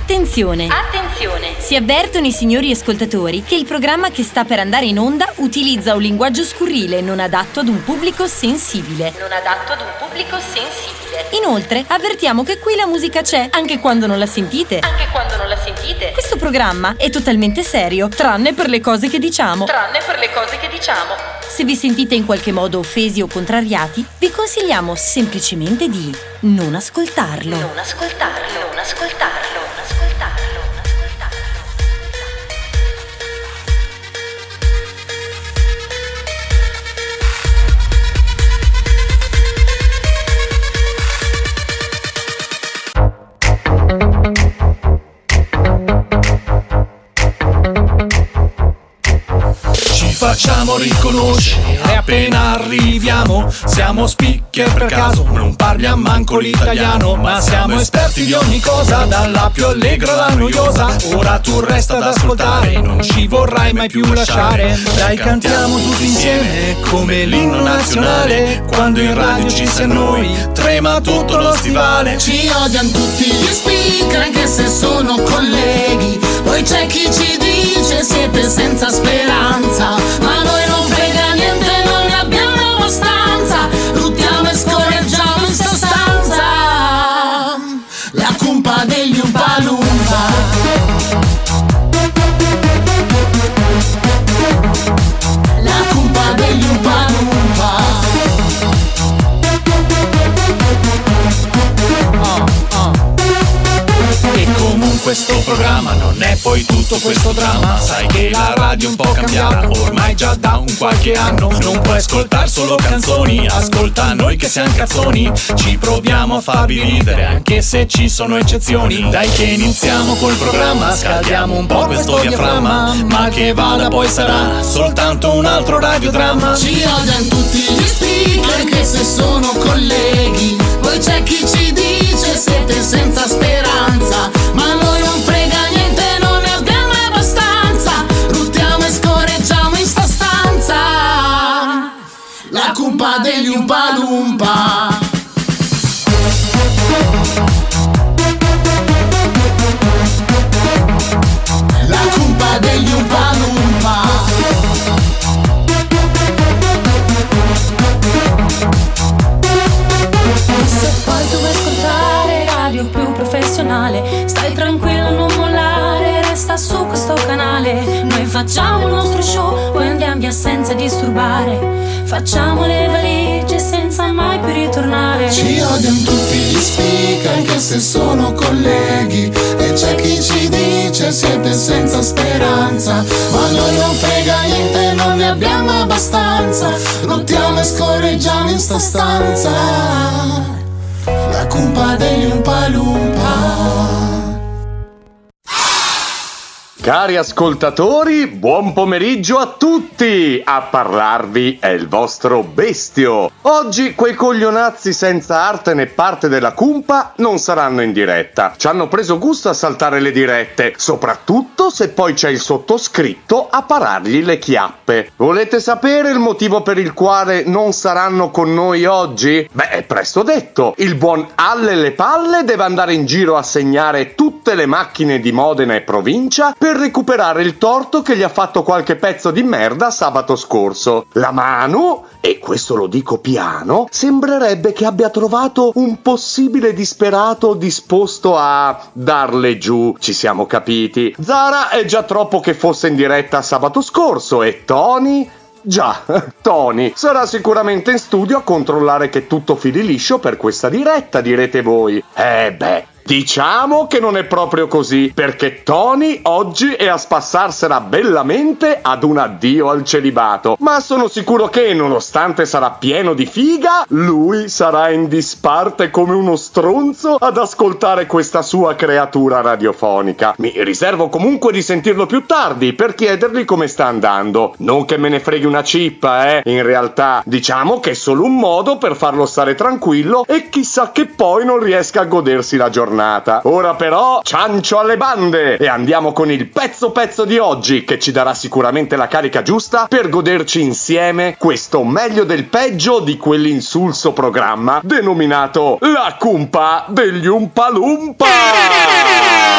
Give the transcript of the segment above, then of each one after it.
Attenzione! Attenzione! Si avvertono i signori ascoltatori che il programma che sta per andare in onda utilizza un linguaggio scurrile non adatto ad un pubblico sensibile. Non adatto ad un pubblico sensibile. Inoltre, avvertiamo che qui la musica c'è, anche quando non la sentite. Anche quando non la sentite. Questo programma è totalmente serio, tranne per le cose che diciamo. Tranne per le cose che diciamo. Se vi sentite in qualche modo offesi o contrariati, vi consigliamo semplicemente di non ascoltarlo. Non ascoltarlo. Non ascoltarlo. Facciamo riconoscere appena arriviamo. Siamo speaker per caso, non parliamo manco l'italiano, ma siamo esperti di ogni cosa, dalla più allegra alla noiosa. Ora tu resta ad ascoltare, non ci vorrai mai più lasciare. Dai, cantiamo tutti insieme come l'inno nazionale. Quando in radio ci sei noi, trema tutto lo stivale. Ci odiano tutti gli speaker anche se sono colleghi. Poi c'è chi ci dice siete senza speranza, ma a noi non frega niente, non ne abbiamo abbastanza. Luttiamo e scorreggiamo in sostanza. La cumpa degli Umpalumpa. La cumpa degli Umpalumpa. E comunque sto programma non è poi tutto questo dramma. Sai che la radio è un po' cambiata, ormai già da un qualche anno. Non puoi ascoltare solo canzoni, ascolta noi che siamo cazzoni. Ci proviamo a farvi ridere anche se ci sono eccezioni. Dai che iniziamo col programma, scaldiamo un po' questo diaframma. Ma che vada poi sarà soltanto un altro radiodramma. Ci odiano tutti gli speaker anche se sono colleghi. Poi c'è chi ci dice siete senza speranza, ma a noi non frega niente, non ne abbiamo abbastanza. Ruttiamo e scorreggiamo in sta stanza. La cumpa degli Umpalumpa. La cumpa degli Umpalumpa. Se poi tu vuoi ascoltare radio più professionale, stai tranquillo, non mollare, resta su questo canale. Noi facciamo il nostro show, poi andiamo via senza disturbare. Facciamo le valigie senza mai più ritornare. Ci odiano tutti gli speaker anche se sono colleghi. E c'è chi ci dice siete senza speranza, ma a noi non frega niente, non ne abbiamo abbastanza. Lottiamo e scorreggiamo in sta stanza. La cumpa degli Umpalumpa. Cari ascoltatori, buon pomeriggio a tutti! A parlarvi è il vostro Bestio. Oggi quei coglionazzi senza arte né parte della cumpa non saranno in diretta. Ci hanno preso gusto a saltare le dirette, soprattutto se poi c'è il sottoscritto a parargli le chiappe. Volete sapere il motivo per il quale non saranno con noi oggi? Beh, è presto detto. Il buon Alle le Palle deve andare in giro a segnare tutte le macchine di Modena e provincia per recuperare il torto che gli ha fatto qualche pezzo di merda sabato scorso. La Manu, e questo lo dico piano, sembrerebbe che abbia trovato un possibile disperato disposto a darle giù, ci siamo capiti. Zara è già troppo che fosse in diretta sabato scorso e Tony... Già, Tony sarà sicuramente in studio a controllare che tutto fili liscio per questa diretta, direte voi. Diciamo che non è proprio così, perché Tony oggi è a spassarsela bellamente ad un addio al celibato. Ma sono sicuro che, nonostante sarà pieno di figa, lui sarà in disparte come uno stronzo ad ascoltare questa sua creatura radiofonica. Mi riservo comunque di sentirlo più tardi per chiedergli come sta andando. Non che me ne freghi una cippa, in realtà diciamo che è solo un modo per farlo stare tranquillo e chissà che poi non riesca a godersi la giornata. Ora però ciancio alle bande e andiamo con il pezzo di oggi, che ci darà sicuramente la carica giusta per goderci insieme questo meglio del peggio di quell'insulso programma denominato La Cumpa degli Umpalumpa.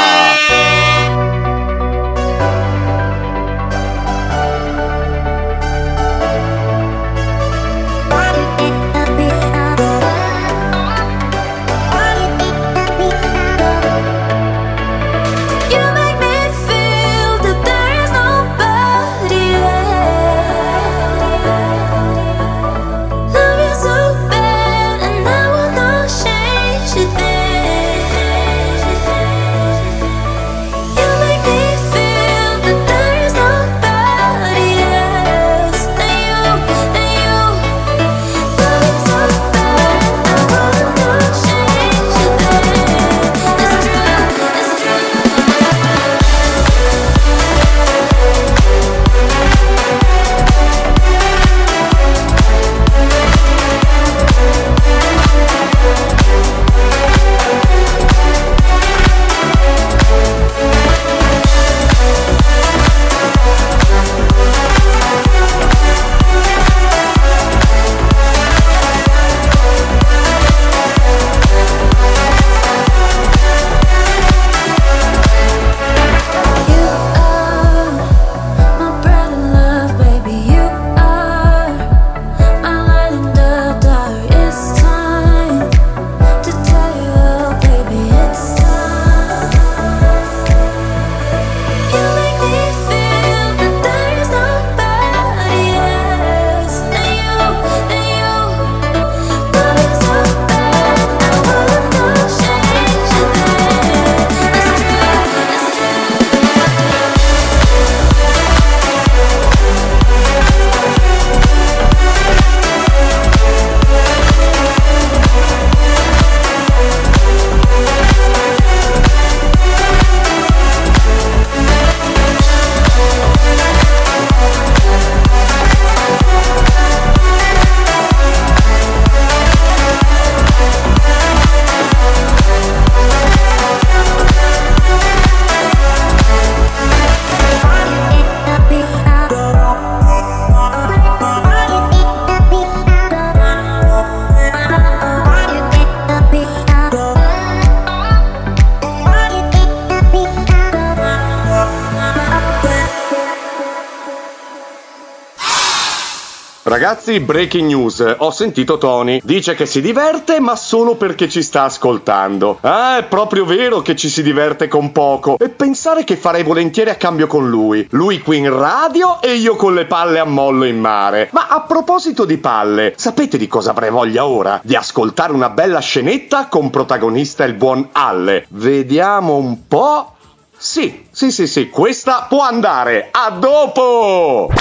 Ragazzi, breaking news, ho sentito Tony, dice che si diverte ma solo perché ci sta ascoltando. Ah, è proprio vero che ci si diverte con poco, e pensare che farei volentieri a cambio con lui qui in radio e io con le palle a mollo in mare. Ma a proposito di palle, sapete di cosa avrei voglia ora? Di ascoltare una bella scenetta con protagonista il buon Alle. Vediamo un po'. Sì, questa può andare. A dopo!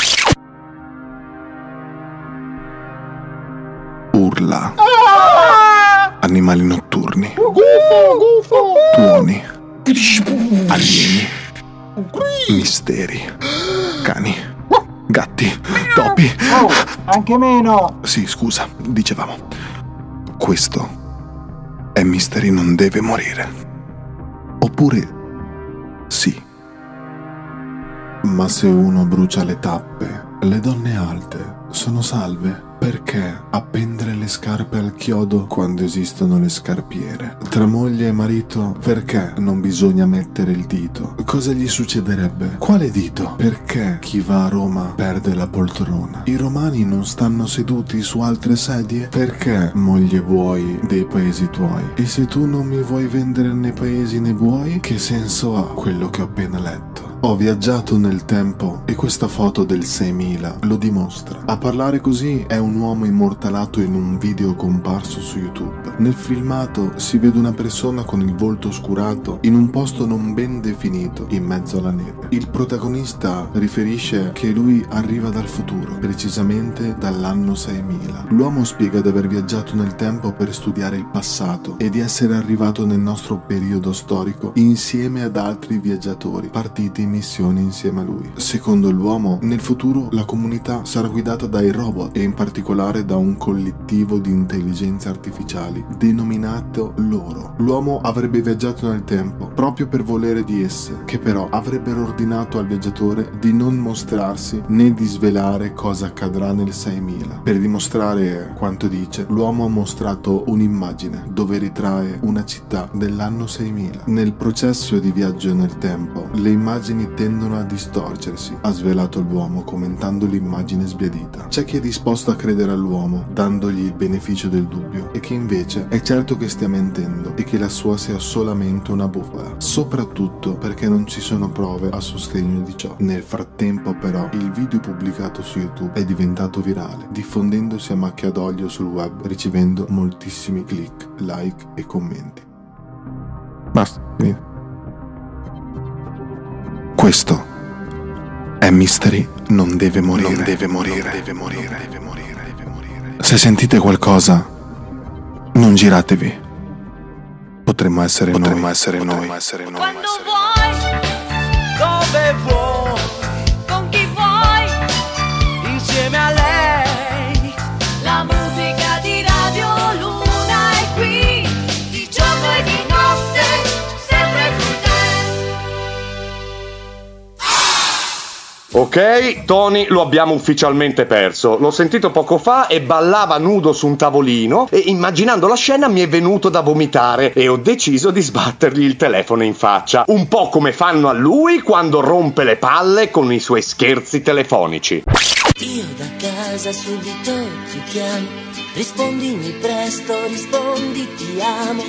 Urla. Animali notturni. Tuoni. Alieni. Misteri. Cani. Gatti. Topi. Anche meno. Sì, scusa, dicevamo. Questo è Misteri non deve morire. Oppure sì. Ma se uno brucia le tappe, le donne alte sono salve? Perché appendere le scarpe al chiodo quando esistono le scarpiere? Tra moglie e marito, perché non bisogna mettere il dito? Cosa gli succederebbe? Quale dito? Perché chi va a Roma perde la poltrona? I romani non stanno seduti su altre sedie? Perché moglie vuoi dei paesi tuoi? E se tu non mi vuoi vendere né paesi né buoi, che senso ha quello che ho appena letto? Ho viaggiato nel tempo e questa foto del 6000 lo dimostra. A parlare così è un uomo immortalato in un video comparso su YouTube. Nel filmato si vede una persona con il volto oscurato in un posto non ben definito in mezzo alla neve. Il protagonista riferisce che lui arriva dal futuro, precisamente dall'anno 6000. L'uomo spiega di aver viaggiato nel tempo per studiare il passato e di essere arrivato nel nostro periodo storico insieme ad altri viaggiatori partiti in missione insieme a lui. Secondo l'uomo, nel futuro la comunità sarà guidata dai robot e in particolare da un collettivo di intelligenze artificiali denominato loro. L'uomo avrebbe viaggiato nel tempo proprio per volere di esse, che però avrebbero ordinato al viaggiatore di non mostrarsi né di svelare cosa accadrà nel 6000. Per dimostrare quanto dice, l'uomo ha mostrato un'immagine dove ritrae una città dell'anno 6000. Nel processo di viaggio nel tempo, le immagini tendono a distorcersi, ha svelato l'uomo commentando l'immagine sbiadita. C'è chi è disposto a credere all'uomo, dandogli il beneficio del dubbio, e chi invece è certo che stia mentendo e che la sua sia solamente una bufala, soprattutto perché non ci sono prove a sostegno di ciò. Nel frattempo però il video pubblicato su YouTube è diventato virale, diffondendosi a macchia d'olio sul web, ricevendo moltissimi click, like e commenti. Basta, finito. Questo è Mystery non deve morire. Non deve morire. Non deve morire. Deve morire. Deve morire. Se sentite qualcosa, non giratevi. Potremmo essere noi. Potremmo essere noi. Quando vuoi, dove vuoi, con chi vuoi, insieme a lei. La musica di Radio Luna è qui, di giorno e di notte, sempre con te. Ok, Tony lo abbiamo ufficialmente perso. L'ho sentito poco fa e ballava nudo su un tavolino e immaginando la scena mi è venuto da vomitare e ho deciso di sbattergli il telefono in faccia. Un po' come fanno a lui quando rompe le palle con i suoi scherzi telefonici. Io da casa subito ti chiamo, rispondimi presto, rispondi ti amo.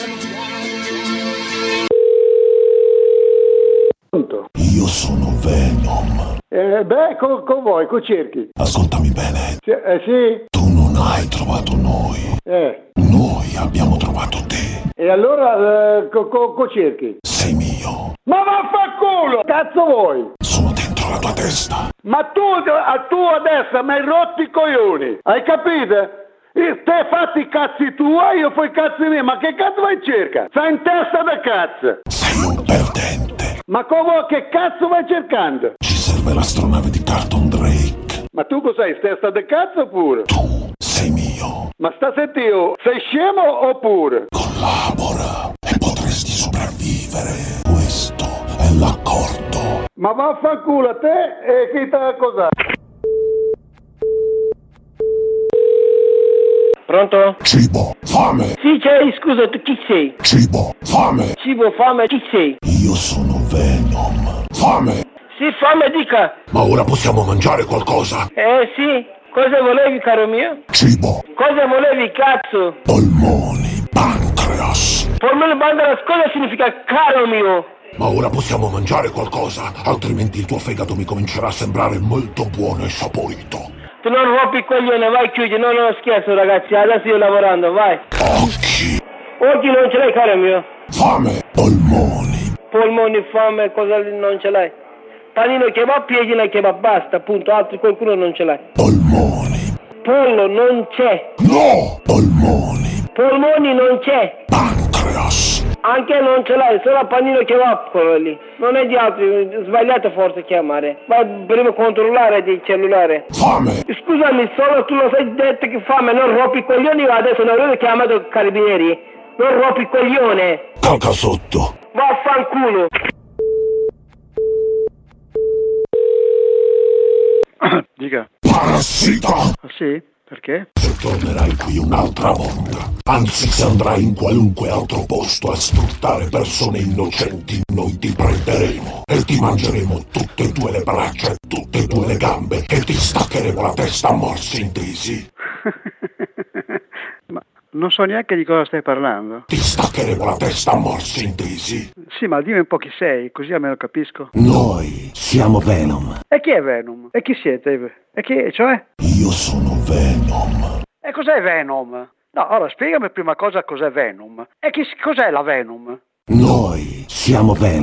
Io sono Venom. Con voi, con cerchi. Ascoltami bene. Sì? Tu non hai trovato noi. Noi abbiamo trovato te. E allora, con cerchi? Sei mio. Ma vaffanculo! Cazzo vuoi? Sono dentro la tua testa. Ma tu adesso mi hai rotto i coglioni. Hai capito? Te fatti i cazzi tuoi, io fai i cazzi miei. Ma che cazzo vai in cerca? Sei in testa da cazzo. Sei un perdente. Ma che cazzo vai cercando? Ci serve l'astronave di Carlton Drake. Ma tu cos'hai, testa da cazzo oppure? Tu sei mio. Ma sta sentendo, sei scemo oppure? Collabora e potresti sopravvivere. Questo è l'accordo. Ma vaffanculo a te e chi te cos'ha? Pronto? Cibo, fame. Sì, scusa, tu chi sei? Cibo, fame. Cibo, fame, chi sei? Io sono Venom. Fame. Sì, fame, dica. Ma ora possiamo mangiare qualcosa? Sì. Cosa volevi, caro mio? Cibo. Cosa volevi, cazzo? Polmoni, pancreas. Polmoni, pancreas, cosa significa, caro mio? Ma ora possiamo mangiare qualcosa, altrimenti il tuo fegato mi comincerà a sembrare molto buono e saporito. Tu non rompi il coglione, vai, chiudi. No, scherzo, ragazzi, adesso io lavorando, vai. Occhi. Occhi non ce l'hai, caro mio? Fame. Polmoni. Polmoni, fame, cosa non ce l'hai? Panino kebab, piedina kebab, basta, appunto, altri qualcuno non ce l'hai. Polmoni. Pollo non c'è. No! Polmoni. Polmoni non c'è. Pancreas. Anche non ce l'hai, solo panino kebab quello lì. Non è di altri, sbagliato forse chiamare. Vai prima controllare di cellulare. Fame. Scusami, solo tu lo sai detto che fame, non rompi i coglioni, adesso non avevo chiamato i carabinieri. Non rompi il coglione. Calca sotto. Vaffanculo. Dica. Parassita. Sì? Perché? Se tornerai qui un'altra volta, anzi se andrai in qualunque altro posto a sfruttare persone innocenti, noi ti prenderemo e ti mangeremo tutte e due le braccia e tutte e due le gambe e ti staccheremo la testa a morsi intesi. Ma non so neanche di cosa stai parlando. Ti staccheremo la testa a morsi intesi. Sì, ma dimmi un po' chi sei, così almeno capisco. Noi siamo Venom. E chi è Venom? E chi siete? E chi, cioè? Io sono Venom. E cos'è Venom? No, allora spiegami prima cosa cos'è Venom. E cos'è la Venom? Noi siamo Venom.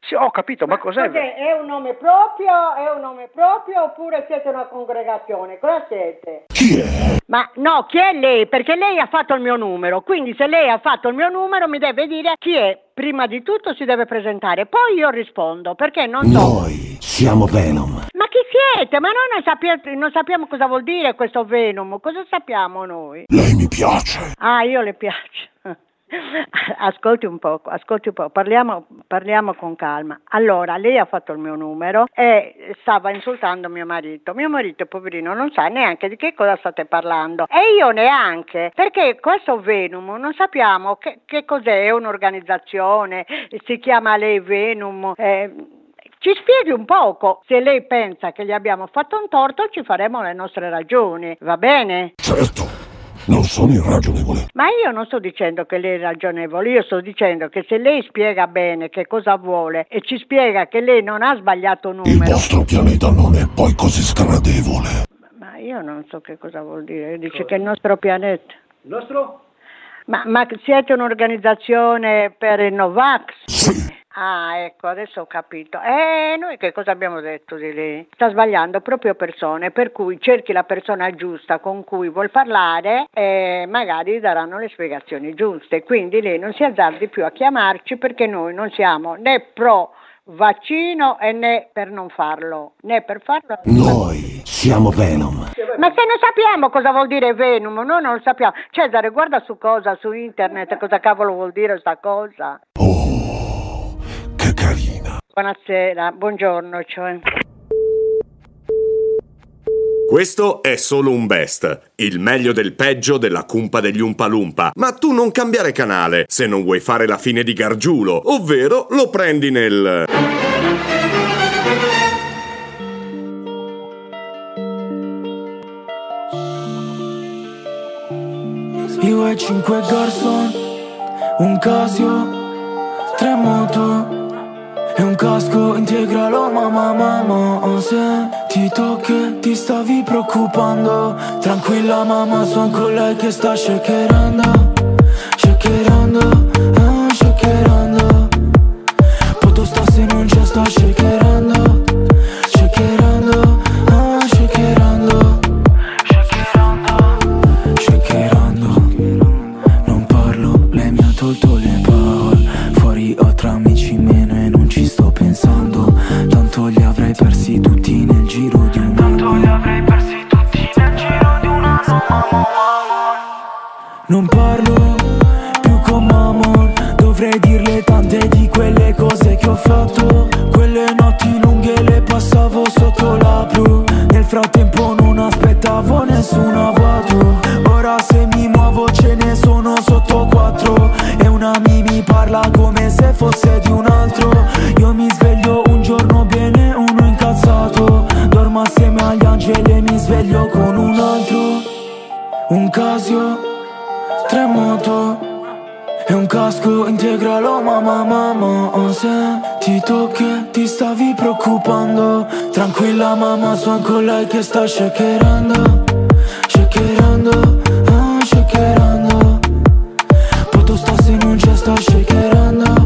Sì, ho capito, ma cos'è? È un nome proprio oppure siete una congregazione? Cosa siete? Chi è? Ma no, chi è lei? Perché lei ha fatto il mio numero, quindi se lei ha fatto il mio numero mi deve dire chi è. Prima di tutto si deve presentare, poi io rispondo, perché non so. Noi siamo Venom. Ma chi siete? Ma noi non sappiamo cosa vuol dire questo Venom, cosa sappiamo noi? Lei mi piace. Ah, io le piaccio. Ascolti un po', parliamo con calma. Allora, lei ha fatto il mio numero e stava insultando mio marito. Mio marito, poverino, non sa neanche di che cosa state parlando. E io neanche, perché questo Venom non sappiamo che cos'è, è un'organizzazione, si chiama lei Venom. Ci spieghi un poco, se lei pensa che gli abbiamo fatto un torto ci faremo le nostre ragioni, va bene? Certo. Non sono irragionevole. Ma io non sto dicendo che lei è ragionevole, io sto dicendo che se lei spiega bene che cosa vuole e ci spiega che lei non ha sbagliato numero. Il vostro pianeta non è poi così sgradevole. Ma io non so che cosa vuol dire, dice che il nostro pianeta. Il nostro? Ma siete un'organizzazione per il Novax? Sì. Ah, ecco, adesso ho capito. Noi che cosa abbiamo detto di lei? Sta sbagliando proprio persone, per cui cerchi la persona giusta con cui vuol parlare e magari daranno le spiegazioni giuste. Quindi lei non si azzardi più a chiamarci perché noi non siamo né pro vaccino e né per non farlo, né per farlo. Noi siamo Venom. Ma se non sappiamo cosa vuol dire Venom, noi non lo sappiamo. Cesare, guarda su internet cosa cavolo vuol dire sta cosa. Oh, che carina. Buonasera, buongiorno, cioè. Questo è solo un best, il meglio del peggio della cumpa degli Umpa Lumpa. Ma tu non cambiare canale se non vuoi fare la fine di Gargiulo, ovvero lo prendi nel... Io e 5 garçon, un Casio, 3 moto e un casco integralo, mamma. Ho sentito che ti stavi preoccupando. Tranquilla mamma, son con lei che sta shakerando. Poto sta se non c'è, sta shakerando. Non parlo, lei mi ha tolto le parole. Fuori ho tra amici meno e non ci sto pensando. Tanto li avrei persi tutti nel giro di un anno. Non parlo più con Mamon. Dovrei dirle tante di quelle cose che ho fatto. Quelle notti lunghe le passavo sotto la blu. Nel frattempo non aspettavo nessun avvato. Ora se mi muovo ce ne sono sotto 4. E una mi parla come se fosse di un altro. Io mi sveglio un giorno bene, uno incazzato. Dormo assieme agli angeli e mi sveglio con un altro. Un Casio, 3 moto e un casco integralo, mamma. Ho sentito che ti stavi preoccupando. Tranquilla mamma, son con lei che sta shakerando. Poto sta se non c'è, sta shakerando.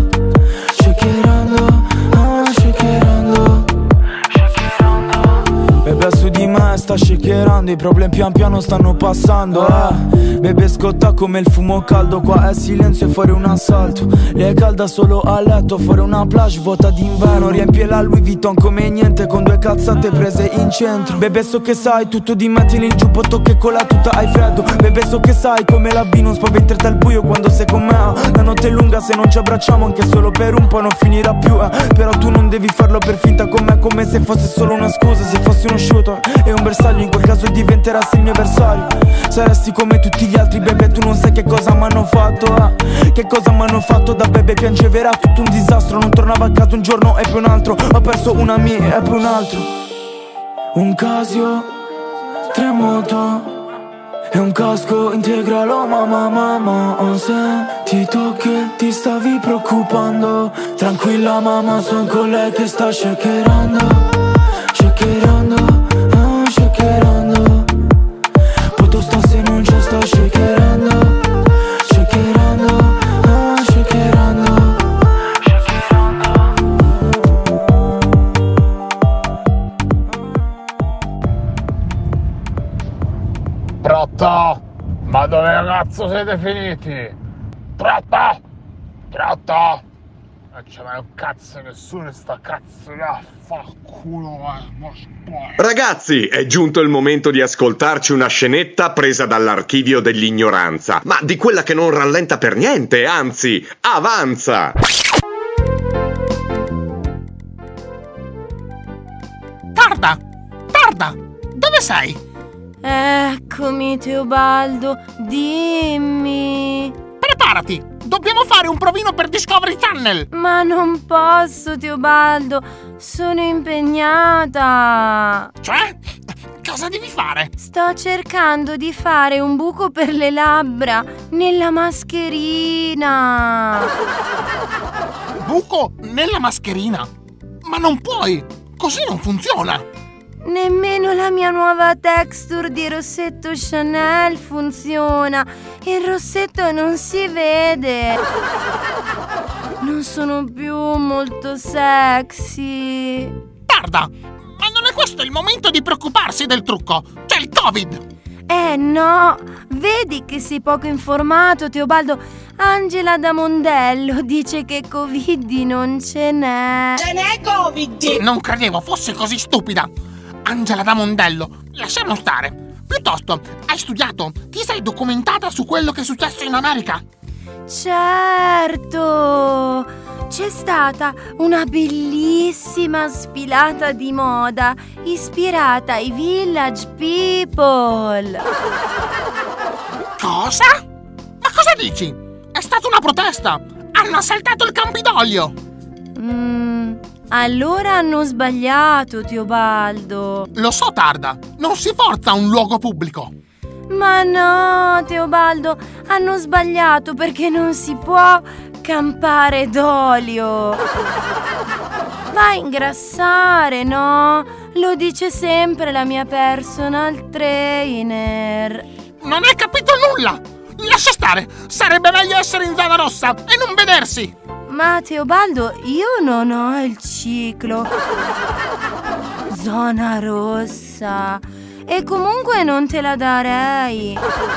Bebe su di me sta shakerando. I problemi pian piano stanno passando, Bebe scotta come il fumo caldo. Qua è silenzio e fuori un assalto. Lei è calda solo a letto, fuori una plage vuota d'inverno. Riempie la Louis Vuitton come niente, con 2 cazzate prese in centro. Bebe so che sai tutto di me, tieni il giubbotto che con la tuta hai freddo. Bebe so che sai come la B non spaventerti al buio quando sei con me. La notte è lunga, se non ci abbracciamo anche solo per un po' non finirà più, Però tu non devi farlo per finta con me, come se fosse solo una scusa. Se fossi uno shooter e un bersaglio, in quel caso diventerassi il mio avversario. Saresti come tutti gli altri, bebe, tu non sai che cosa m'hanno fatto, Che cosa m'hanno fatto, da bebe piangeva, tutto un disastro. Non tornavo a casa un giorno e poi un altro. Ho perso una mia e poi un altro. Un Casio, 3 moto e un casco integralo, mamma. Ho sentito che ti stavi preoccupando. Tranquilla mamma, son con lei che sta shakerando. Poto sta se non c'è, sta shakerando. cazzo siete finiti? Pronto? Pronto? Non c'è mai un cazzo nessuno, sta cazzo là, fa culo, Ragazzi, è giunto il momento di ascoltarci una scenetta presa dall'archivio dell'ignoranza, ma di quella che non rallenta per niente, anzi, avanza! Tarda, dove sei? Eccomi, Teobaldo, dimmi. Preparati, dobbiamo fare un provino per Discovery Channel. Ma non posso, Teobaldo, sono impegnata. Cioè? Cosa devi fare? Sto cercando di fare un buco per le labbra nella mascherina. Buco nella mascherina? Ma non puoi, così non funziona. Nemmeno la mia nuova texture di rossetto Chanel funziona. Il rossetto non si vede. Non sono più molto sexy. Guarda, ma non è questo il momento di preoccuparsi del trucco. C'è il Covid. No, vedi che sei poco informato, Teobaldo. Angela da Mondello dice che Covid non ce n'è. Ce n'è Covid! Non credevo fosse così stupida. Angela da Mondello, lasciamo stare. Piuttosto, hai studiato? Ti sei documentata su quello che è successo in America? Certo! C'è stata una bellissima sfilata di moda ispirata ai Village People. Cosa? Ma cosa dici? È stata una protesta! Hanno assaltato il Campidoglio! Allora hanno sbagliato, Teobaldo. Lo so, Tarda, non si forza a un luogo pubblico. Ma no, Teobaldo, hanno sbagliato perché non si può campare d'olio. Va a ingrassare, no? Lo dice sempre la mia personal trainer. Non hai capito nulla! Lascia stare! Sarebbe meglio essere in zona rossa e non vedersi! Ma Teobaldo, io non ho il ciclo. Zona rossa. E comunque non te la darei.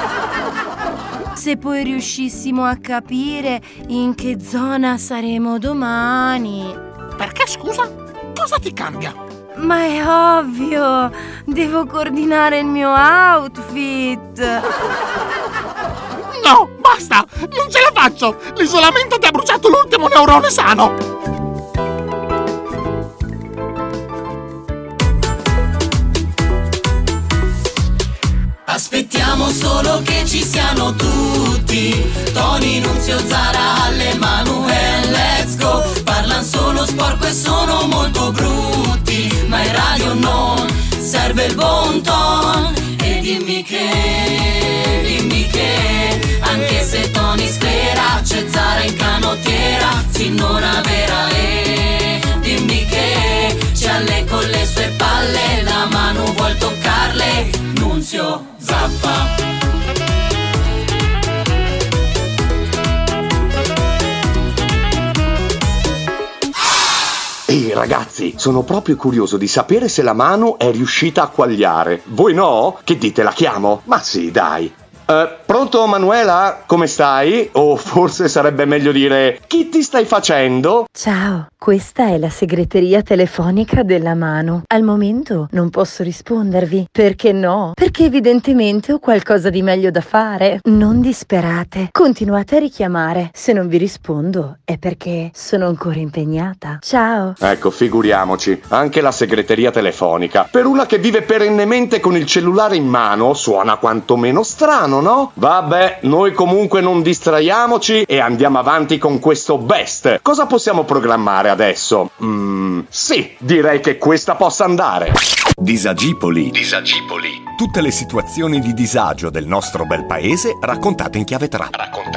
Se poi riuscissimo a capire in che zona saremo domani. Perché, scusa? Cosa ti cambia? Ma è ovvio, devo coordinare il mio outfit. No, basta! Non ce la faccio! L'isolamento ti ha bruciato l'ultimo neurone sano! Aspettiamo solo che ci siano tutti. Tony, Nunzio, Zara, Alle, Manuel, let's go. Parlan solo sporco e sono molto brutti, ma in radio non serve il bon ton. E dimmi che anche se Tony sclera, c'è Zara in canottiera, signora vera. E dimmi che c'è Alle con le sue palle, la mano vuol toccarle, Nunzio zappa. Ehi ragazzi, sono proprio curioso di sapere se la mano è riuscita a quagliare. Voi no? Che dite, la chiamo? Ma sì, dai. Pronto Manuela? Come stai? O forse sarebbe meglio dire, chi ti stai facendo? Ciao, questa è la segreteria telefonica della Manu. Al momento non posso rispondervi. Perché no? Perché evidentemente ho qualcosa di meglio da fare. Non disperate, continuate a richiamare. Se non vi rispondo è perché sono ancora impegnata. Ciao. Ecco, figuriamoci, anche la segreteria telefonica. Per una che vive perennemente con il cellulare in mano, suona quantomeno strano, no? Vabbè, noi comunque non distraiamoci e andiamo avanti con questo best. Cosa possiamo programmare adesso? Sì, direi che questa possa andare. Disagipoli. Tutte le situazioni di disagio del nostro bel paese raccontate in chiave trap.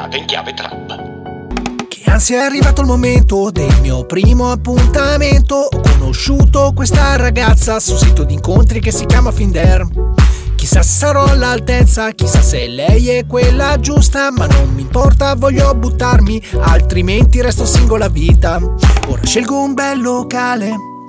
Che ansia, è arrivato il momento del mio primo appuntamento. Ho conosciuto questa ragazza su un sito di incontri che si chiama Finder. Chissà se sarò all'altezza, chissà se lei è quella giusta, ma non mi importa, voglio buttarmi, altrimenti resto singola vita. Ora scelgo un bel locale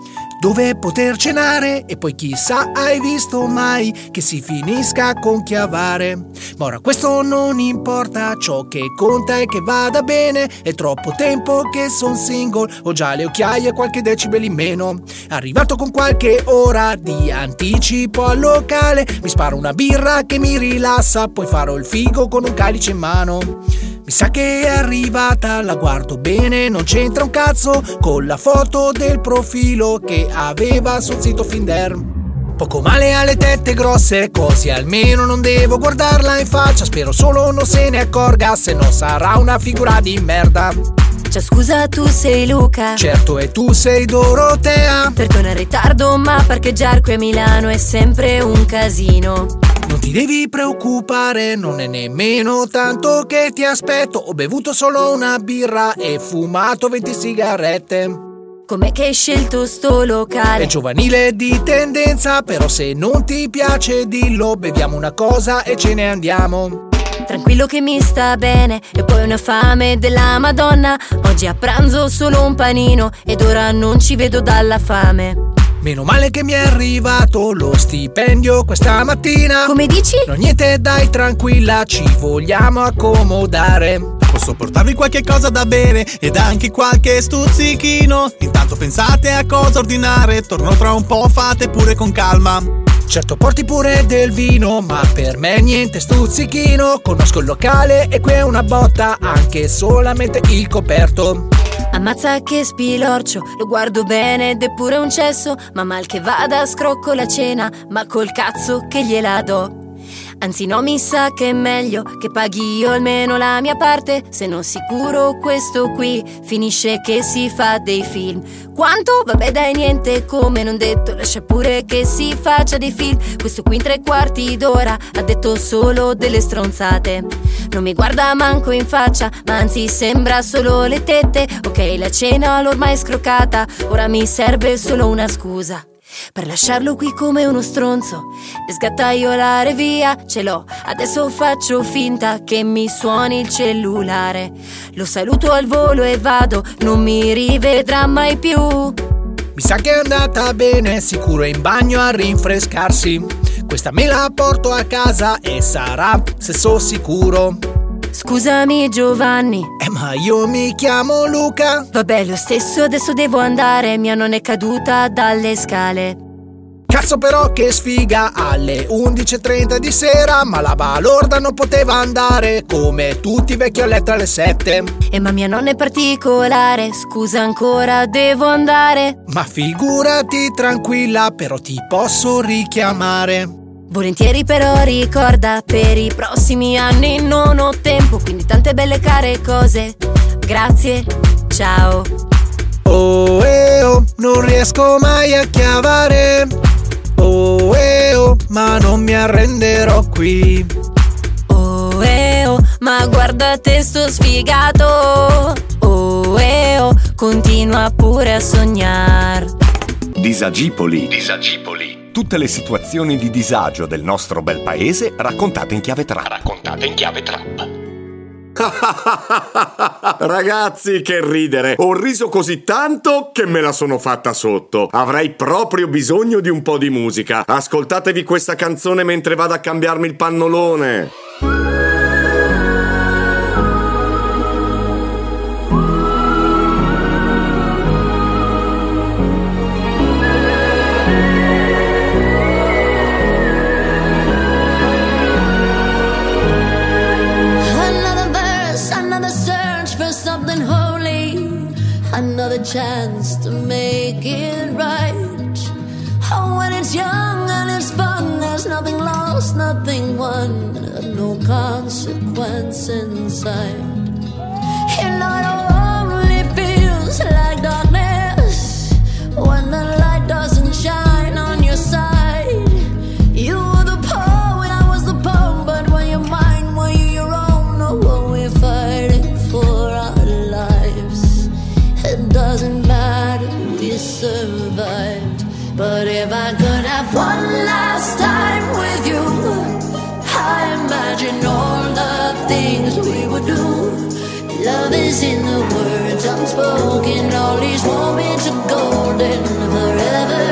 dove poter cenare e poi chissà hai visto mai che si finisca con chiavare. Ma ora questo non importa, ciò che conta è che vada bene. È troppo tempo che son single, ho già le occhiaie e qualche decibel in meno. Arrivato con qualche ora di anticipo al locale, mi sparo una birra che mi rilassa, poi farò il figo con un calice in mano. Mi sa che è arrivata, la guardo bene, non c'entra un cazzo con la foto del profilo che aveva sul sito Finder. Poco male alle tette grosse, così almeno non devo guardarla in faccia. Spero solo non se ne accorga, se no sarà una figura di merda. Ciao scusa, tu sei Luca? Certo, e tu sei Dorotea. Perdono il ritardo, ma parcheggiare qui a Milano è sempre un casino. Non ti devi preoccupare, non è nemmeno tanto che ti aspetto. Ho bevuto solo una birra e fumato 20 sigarette. Com'è che hai scelto sto locale? È giovanile di tendenza, però se non ti piace dillo. Beviamo una cosa e ce ne andiamo. Tranquillo che mi sta bene, e poi una fame della Madonna. Oggi a pranzo solo un panino ed ora non ci vedo dalla fame. Meno male che mi è arrivato lo stipendio questa mattina. Come dici? No niente, dai tranquilla, ci vogliamo accomodare. Posso portarvi qualche cosa da bere ed anche qualche stuzzichino. Intanto pensate a cosa ordinare, torno tra un po', fate pure con calma. Certo, porti pure del vino, ma per me niente stuzzichino. Conosco il locale e qui è una botta, anche solamente il coperto. Ammazza che spilorcio, lo guardo bene ed è pure un cesso. Ma mal che vada scrocco la cena, ma col cazzo che gliela do. Anzi no, mi sa che è meglio che paghi io almeno la mia parte. Se non sicuro questo qui finisce che si fa dei film. Quanto? Vabbè dai, niente, come non detto, lascia pure che si faccia dei film. Questo qui in 3/4 d'ora ha detto solo delle stronzate. Non mi guarda manco in faccia, ma anzi sembra solo le tette. Ok, la cena l'ho ormai scroccata, ora mi serve solo una scusa per lasciarlo qui come uno stronzo e sgattaiolare via. Ce l'ho, adesso faccio finta che mi suoni il cellulare. Lo saluto al volo e vado, non mi rivedrà mai più. Mi sa che è andata bene, sicuro è in bagno a rinfrescarsi. Questa me la porto a casa e sarà sesso sicuro. Scusami Giovanni, ma io mi chiamo Luca. Vabbè, lo stesso, adesso devo andare, mia nonna è caduta dalle scale. Cazzo però che sfiga, alle 11:30 di sera, ma la balorda non poteva andare, come tutti i vecchi a letto alle 7. Ma mia nonna è particolare, scusa ancora, devo andare. Ma figurati tranquilla, però ti posso richiamare. Volentieri, però ricorda, per i prossimi anni non ho tempo, quindi tante belle care cose. Grazie, ciao. Oh, non riesco mai a chiavare. Oh, ma non mi arrenderò qui. Oh, ma guardate sto sfigato. Oh, continua pure a sognar. Disagipoli. Tutte le situazioni di disagio del nostro bel paese raccontate in chiave trap. Ragazzi, che ridere! Ho riso così tanto che me la sono fatta sotto. Avrei proprio bisogno di un po' di musica. Ascoltatevi questa canzone mentre vado a cambiarmi il pannolone. Another chance to make it right. Oh, when it's young and it's fun, there's nothing lost, nothing won, no consequence inside. You know it only feels like darkness when the light doesn't shine on your side. You were the poet, I was the poem, but when you're mine, were you your own? Or were we fighting for our lives? It doesn't matter, we survived. But if I could have one last time with you, I imagine all the things we would do. Love is in the words unspoken, all these moments are golden forever.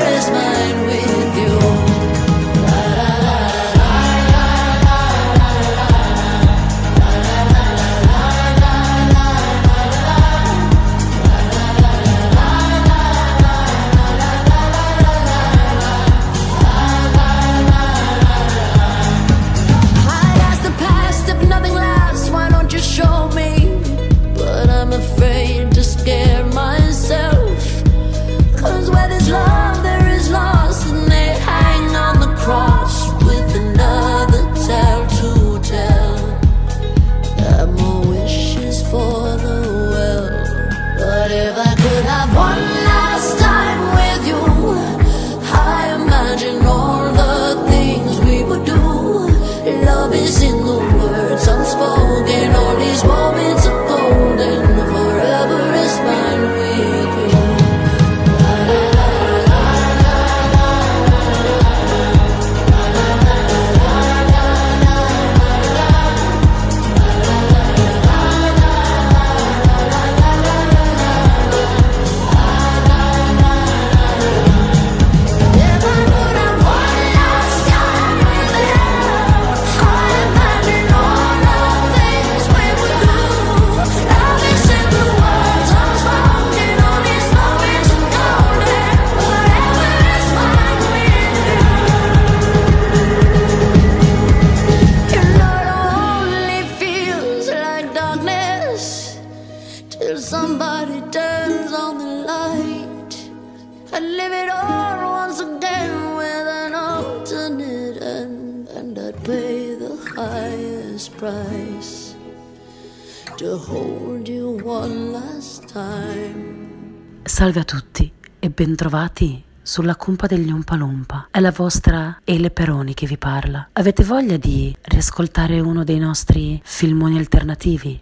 I'd live it all once again with an alternate end, and I'd pay the highest price to hold you one last time. Salve a tutti e bentrovati sulla cumpa degli Umpalumpa. È la vostra Ele Peroni che vi parla. Avete voglia di riascoltare uno dei nostri filmoni alternativi?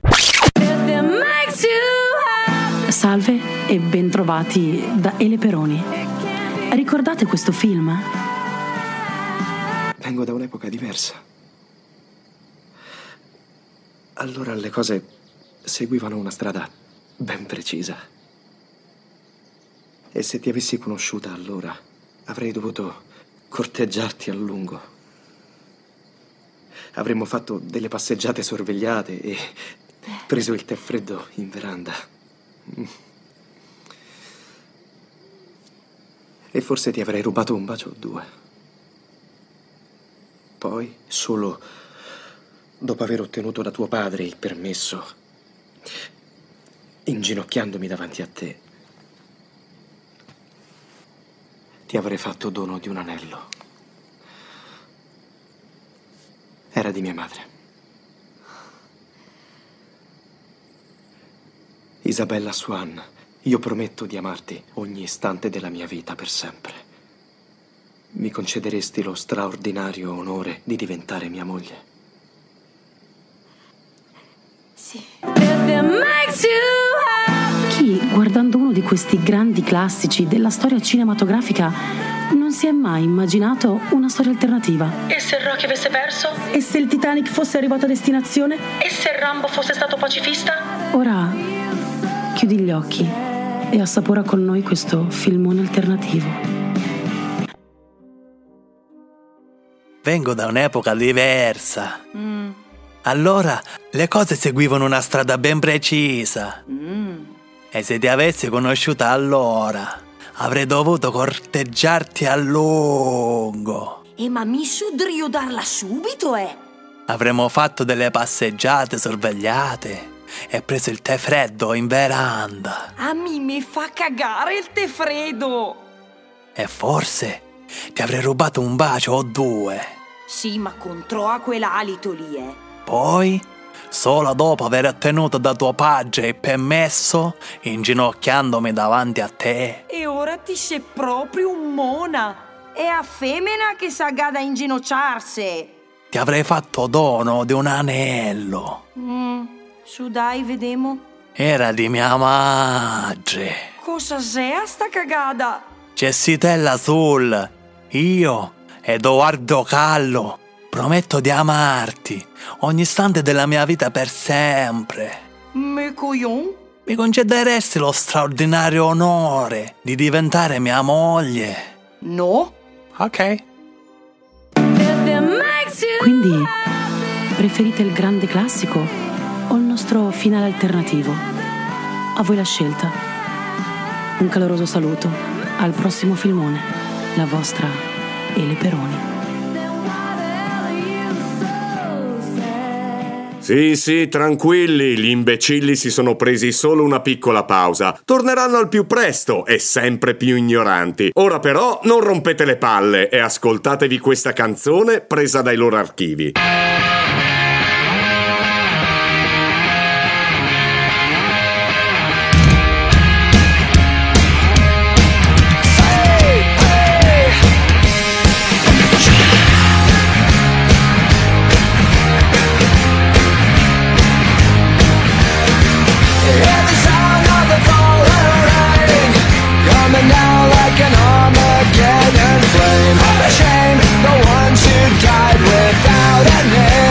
Salve e bentrovati da Ele Peroni. Ricordate questo film? Vengo da un'epoca diversa. Allora le cose seguivano una strada ben precisa. E se ti avessi conosciuta allora, avrei dovuto corteggiarti a lungo. Avremmo fatto delle passeggiate sorvegliate e preso il tè freddo in veranda. E forse ti avrei rubato un bacio o due. Poi, solo dopo aver ottenuto da tuo padre il permesso, inginocchiandomi davanti a te, ti avrei fatto dono di un anello. Era di mia madre. Isabella Swan, io prometto di amarti ogni istante della mia vita per sempre. Mi concederesti lo straordinario onore di diventare mia moglie? Sì. Chi, guardando uno di questi grandi classici della storia cinematografica, non si è mai immaginato una storia alternativa? E se Rocky avesse perso? E se il Titanic fosse arrivato a destinazione? E se Rambo fosse stato pacifista? Ora chiudi gli occhi e assapora con noi questo filmone alternativo. Vengo da un'epoca diversa. Allora le cose seguivano una strada ben precisa. E se ti avessi conosciuta allora, avrei dovuto corteggiarti a lungo. Ma mi sudrio darla subito, Avremmo fatto delle passeggiate sorvegliate e preso il tè freddo in veranda. A me mi fa cagare il tè freddo. E forse ti avrei rubato un bacio o due. Sì, ma contro a quell'alito lì, Poi, solo dopo aver ottenuto da tuo padre il permesso, inginocchiandomi davanti a te. E ora ti sei proprio un mona. È a femmina che sa gada inginocciarsi. Ti avrei fatto dono di un anello. Su dai, vediamo. Era di mia madre. Cosa sei sta cagada? Jessitella Sul, io, Edoardo Callo, prometto di amarti ogni istante della mia vita per sempre. Me coglion? Mi concederesti lo straordinario onore di diventare mia moglie? No. Ok. Quindi, preferite il grande classico o il nostro finale alternativo? A voi la scelta. Un caloroso saluto. Al prossimo filmone. La vostra Ele Peroni. Sì, tranquilli, gli imbecilli si sono presi solo una piccola pausa. Torneranno al più presto e sempre più ignoranti. Ora però non rompete le palle e ascoltatevi questa canzone presa dai loro archivi. Armageddon flame, shame the ones who died without a name.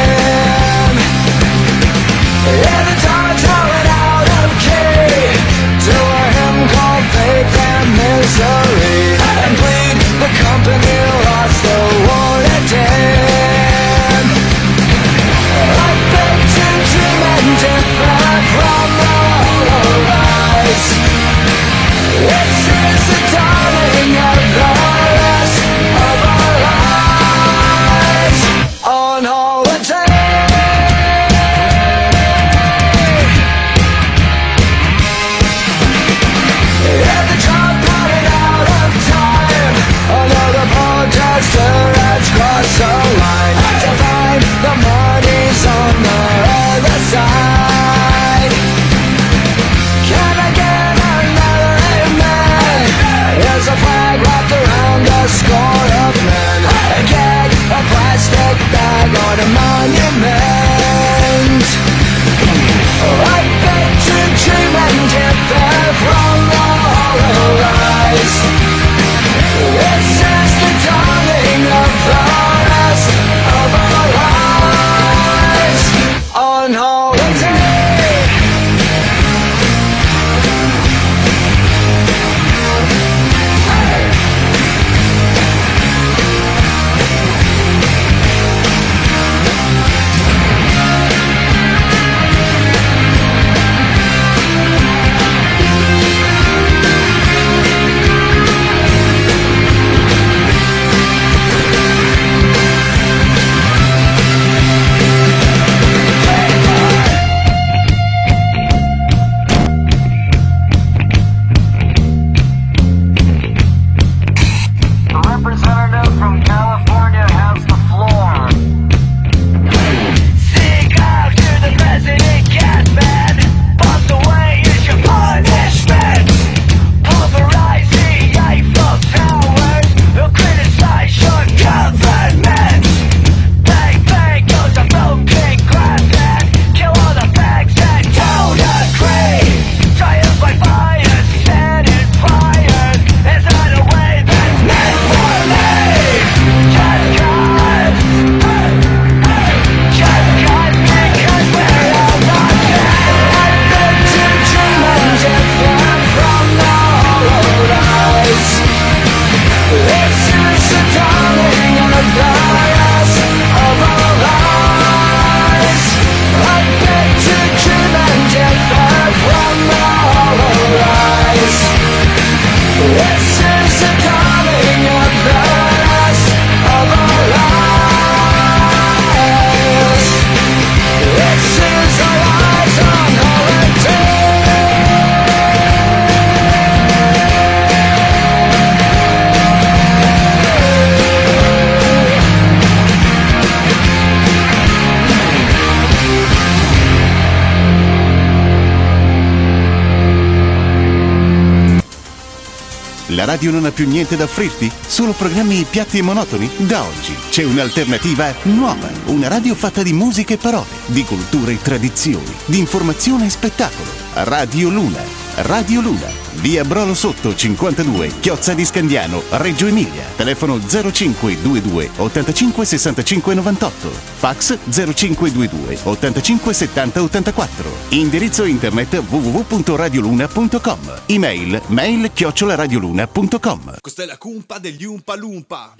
La radio non ha più niente da offrirti? Solo programmi piatti e monotoni? Da oggi c'è un'alternativa nuova. Una radio fatta di musica e parole, di cultura e tradizioni, di informazione e spettacolo. Radio Luna. Radio Luna, via Brolo Sotto 52, Chiozza di Scandiano, Reggio Emilia. Telefono 0522 85 65 98. Fax 0522 85 70 84. Indirizzo internet www.radioluna.com. Email mail@radioluna.com. Questa è la cumpa degli Umpa Lumpa.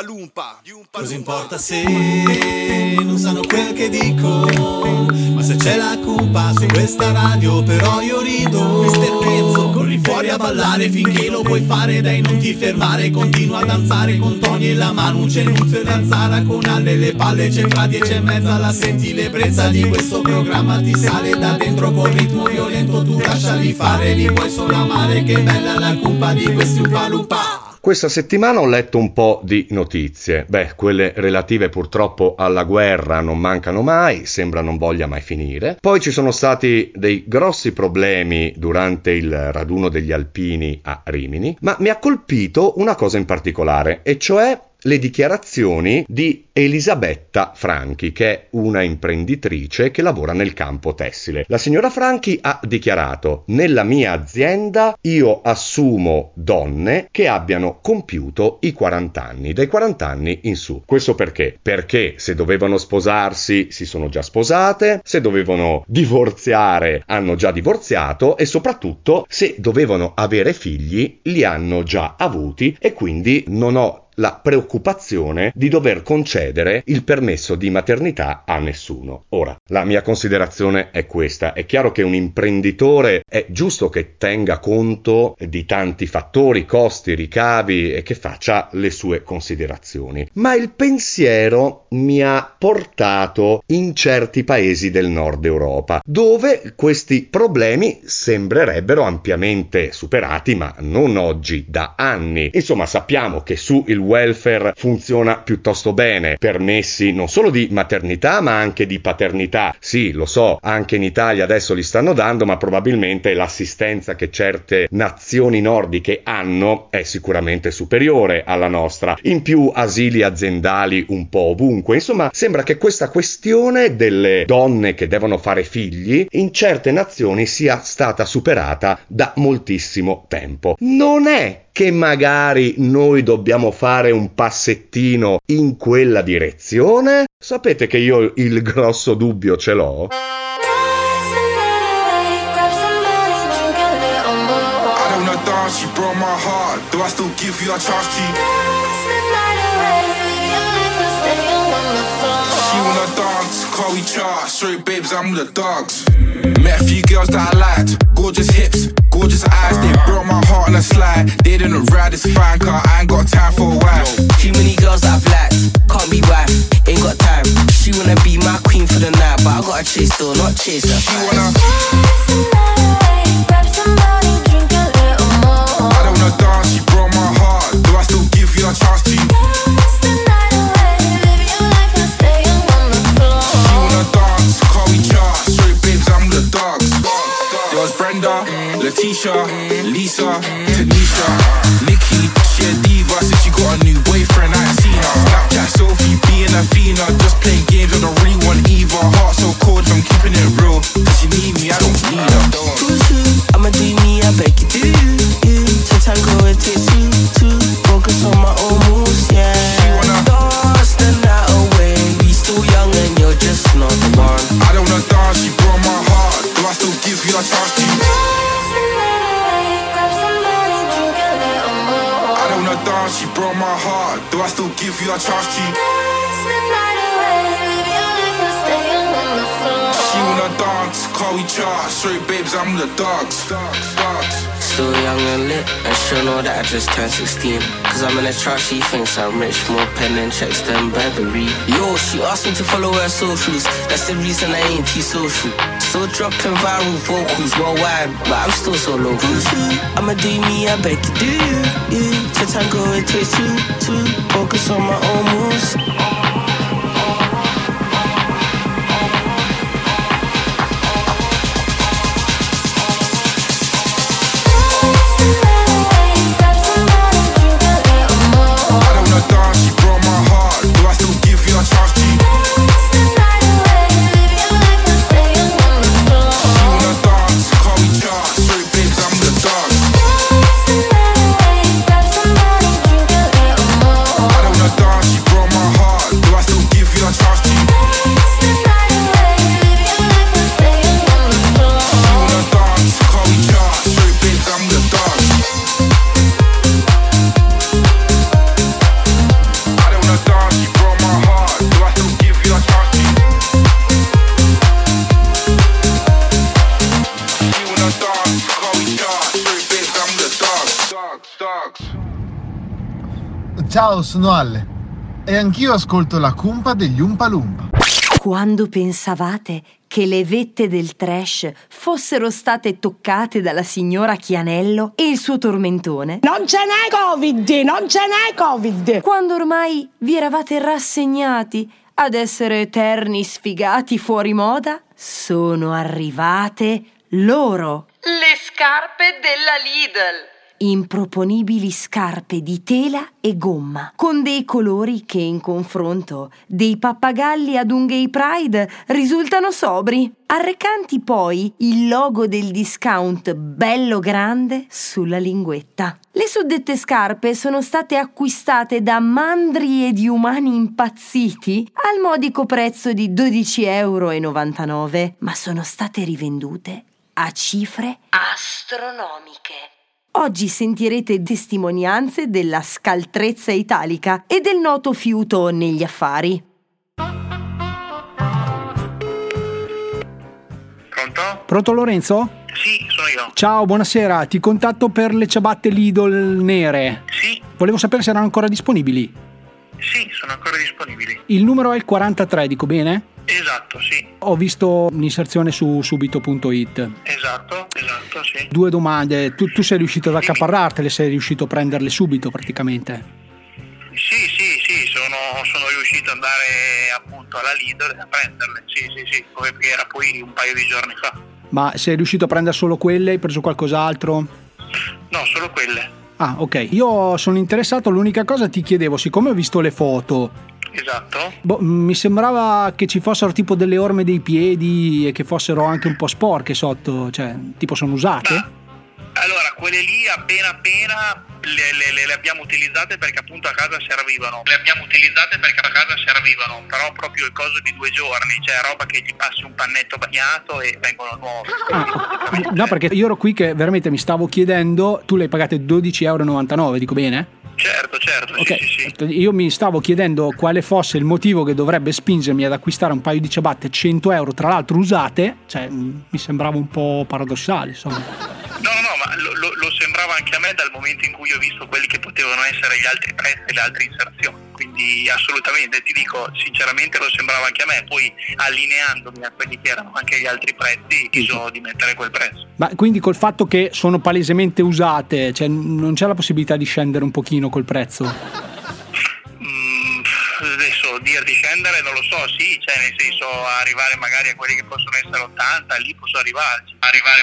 Cosa importa se non sanno quel che dico? Ma se c'è la cumpa su questa radio, però io rido. Mister Pezzo, corri fuori a ballare finché lo puoi fare, dai non ti fermare, continua a danzare con Tony e la Manu, c'è Nunzio e Danzara con alle le palle, c'è fra 10:30, la senti l'ebbrezza di questo programma, ti sale da dentro col ritmo violento, tu lasciali fare, li puoi solo amare, che bella la cumpa di questi Umpa Lumpa. Questa settimana ho letto un po' di notizie, quelle relative purtroppo alla guerra non mancano mai, sembra non voglia mai finire. Poi ci sono stati dei grossi problemi durante il raduno degli alpini a Rimini, ma mi ha colpito una cosa in particolare, e cioè le dichiarazioni di Elisabetta Franchi, che è una imprenditrice che lavora nel campo tessile. La signora Franchi ha dichiarato: nella mia azienda io assumo donne che abbiano compiuto i 40 anni, dai 40 anni in su. Questo perché? Perché se dovevano sposarsi si sono già sposate, se dovevano divorziare hanno già divorziato e soprattutto se dovevano avere figli li hanno già avuti, e quindi non ho la preoccupazione di dover concedere il permesso di maternità a nessuno. Ora, la mia considerazione è questa: è chiaro che un imprenditore è giusto che tenga conto di tanti fattori, costi, ricavi, e che faccia le sue considerazioni, ma il pensiero mi ha portato in certi paesi del nord Europa, dove questi problemi sembrerebbero ampiamente superati, ma non oggi, da anni. Insomma, sappiamo che su il welfare funziona piuttosto bene, permessi non solo di maternità ma anche di paternità. Sì, lo so, anche in Italia adesso li stanno dando, ma probabilmente l'assistenza che certe nazioni nordiche hanno è sicuramente superiore alla nostra. In più asili aziendali un po' ovunque. Insomma, sembra che questa questione delle donne che devono fare figli in certe nazioni sia stata superata da moltissimo tempo. Non è che magari noi dobbiamo fare un passettino in quella direzione? Sapete che io il grosso dubbio ce l'ho? She broke my heart, do I still give you a chance to? She wanna dance, Chloe chart, sorry babes, I'm with the dogs. Met a few girls that I liked, gorgeous hips, gorgeous eyes, they broke my heart on a slide. They didn't ride this fine car, I ain't got time for a wife. Too many girls that I've liked, can't be wife, ain't got time. She wanna be my queen for the night, but I gotta chase still, not chase her. She wanna grab somebody, drink a little more. I don't wanna dance, she broke my heart, do I still give you a chance to? Dance the night away, live your life and stay young on the floor. She wanna dance, Chloe chart, sorry babes, I'm the dogs. There was Brenda, Letitia, Lisa, Tanisha, Nikki, she a diva since she got a new boyfriend, I ain't seen her. Snapchat Sophie, being a Athena, just playing games, I don't really want either. Heart so cold, I'm keeping it real. Does she need me? I don't need her. I'ma do me, I beg you do. To tango it takes two. Focus on my own moves, yeah. She wanna dance the night away. We still young and you're just not the one. I don't wanna dance, she broke my heart. Do I still give you a chance to? Grab somebody, drink a little more. I don't wanna dance, she broke my heart. Do I still give you a chance to? Dance the night away, live your life and stay young on the floor. She wanna dance, Chloe chart, sorry babes, I'm the dogs. Still young and lit, and she'll know that I just turned 16. Cause I'm in a trap, she thinks I'm rich, more pen and checks than Burberry. Yo, she asked me to follow her socials, that's the reason I ain't too social. Still dropping viral vocals worldwide, but I'm still so local. I'ma do me, I beg you do. To tango it takes two. Focus on my own moves. Grab somebody. Ciao, sono Alle e anch'io ascolto la cumpa degli Oompa Loompa. Quando pensavate che le vette del trash fossero state toccate dalla signora Chianello e il suo tormentone? Non ce n'è Covid, non ce n'è Covid! Quando ormai vi eravate rassegnati ad essere eterni sfigati fuori moda, sono arrivate loro. Le scarpe della Lidl. Improponibili scarpe di tela e gomma, con dei colori che in confronto dei pappagalli ad un gay pride risultano sobri, arrecanti poi il logo del discount bello grande sulla linguetta. Le suddette scarpe sono state acquistate da mandri e di umani impazziti al modico prezzo di €12,99, ma sono state rivendute a cifre astronomiche. Oggi sentirete testimonianze della scaltrezza italica e del noto fiuto negli affari. Pronto? Pronto Lorenzo? Sì, sono io. Ciao, buonasera, ti contatto per le ciabatte Lidl nere. Sì. Volevo sapere se erano ancora disponibili. Sì, sono ancora disponibili. Il numero è il 43, dico bene? Esatto, sì. Ho visto un'inserzione su subito.it. Esatto, sì. 2 domande, tu sei riuscito ad accaparrartele, sei riuscito a prenderle subito praticamente? Sì, sono riuscito ad andare appunto alla Lidl a prenderle, sì, perché era poi un paio di giorni fa. Ma sei riuscito a prendere solo quelle? Hai preso qualcos'altro? No, solo quelle. Ah, ok. Io sono interessato, l'unica cosa ti chiedevo, siccome ho visto le foto... Esatto. Mi sembrava che ci fossero tipo delle orme dei piedi e che fossero anche un po' sporche sotto, cioè tipo sono usate? Allora, quelle lì appena le abbiamo utilizzate perché appunto a casa servivano. Però proprio il coso di 2 giorni, cioè roba che ti passi un pannetto bagnato e vengono nuove. No, perché io ero qui che veramente mi stavo chiedendo, tu le hai pagate €12,99, dico bene? Certo, okay. Sì. Io mi stavo chiedendo quale fosse il motivo che dovrebbe spingermi ad acquistare un paio di ciabatte €100, tra l'altro usate, cioè mi sembrava un po' paradossale, insomma. No, ma lo sembrava anche a me dal momento in cui ho visto quelli che potevano essere gli altri prezzi e le altre inserzioni, quindi assolutamente, ti dico, sinceramente lo sembrava anche a me, poi allineandomi a quelli che erano anche gli altri prezzi, deciso di mettere quel prezzo. Ma quindi col fatto che sono palesemente usate, cioè non c'è la possibilità di scendere un pochino col prezzo? Adesso di scendere non lo so, sì, cioè nel senso arrivare magari a quelli che possono essere 80, lì posso arrivarci,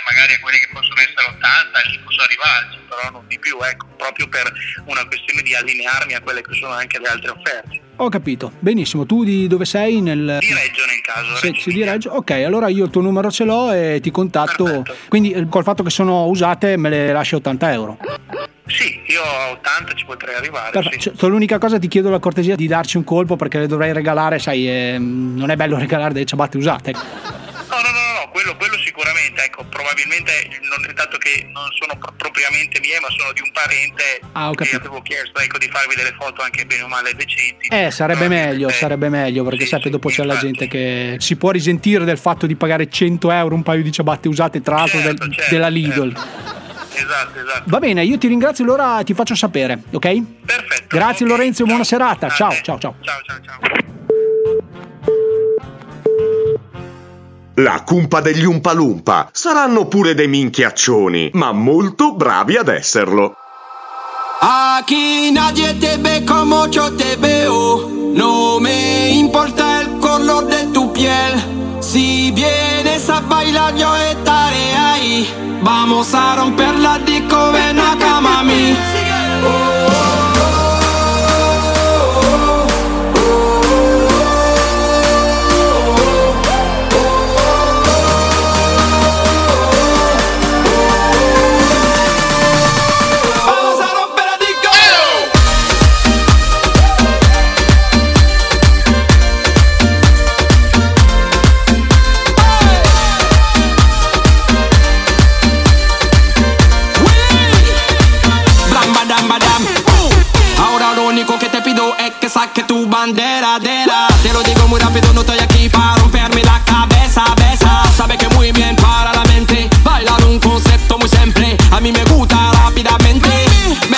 però non di più, ecco, proprio per una questione di allinearmi a quelle che sono anche le altre offerte. Ho capito, benissimo. Tu di dove sei? Di Reggio nel caso. Sì, di Reggio. Ok, allora io il tuo numero ce l'ho e ti contatto. Perfetto. Quindi col fatto che sono usate me le lasci €80. Sì, io a 80 ci potrei arrivare. Perfetto. Sì. L'unica cosa, ti chiedo la cortesia di darci un colpo perché le dovrei regalare, sai, non è bello regalare delle ciabatte usate. No, quello sicuramente, ecco, probabilmente tanto che non sono propriamente mie, ma sono di un parente. Ho capito. E avevo chiesto, ecco, di farvi delle foto anche bene o male decenti. Sarebbe meglio perché sai che dopo c'è la gente che si può risentire del fatto di pagare €100 un paio di ciabatte usate, tra l'altro della Lidl. Esatto. Va bene, io ti ringrazio, allora ti faccio sapere, ok? Perfetto. Grazie, okay. Lorenzo, buona serata. Ciao. Ciao. La cumpa degli Oompa Loompa saranno pure dei minchiaccioni, ma molto bravi ad esserlo. Aquí nadie te ve como yo te veo. No me importa el color de tu piel. Si vienes a bailar yo estaré ahí. Vamos a romper la disco, ven acá mami. Saque tu bandera, te lo digo muy rápido, no estoy aquí para romperme la cabeza, besa. Sabe que muy bien para la mente, bailar un concepto muy simple, a mí me gusta rápidamente.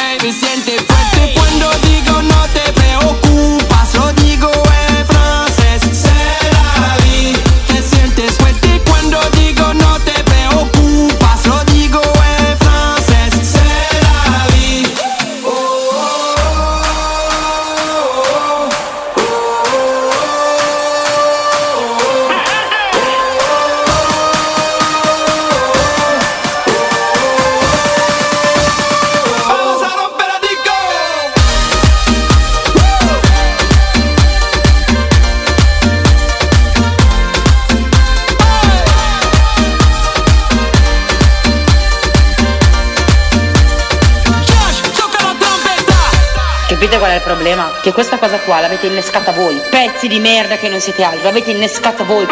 Sapete qual è il problema? Che questa cosa qua l'avete innescata voi. Pezzi di merda che non siete altro, l'avete innescata voi.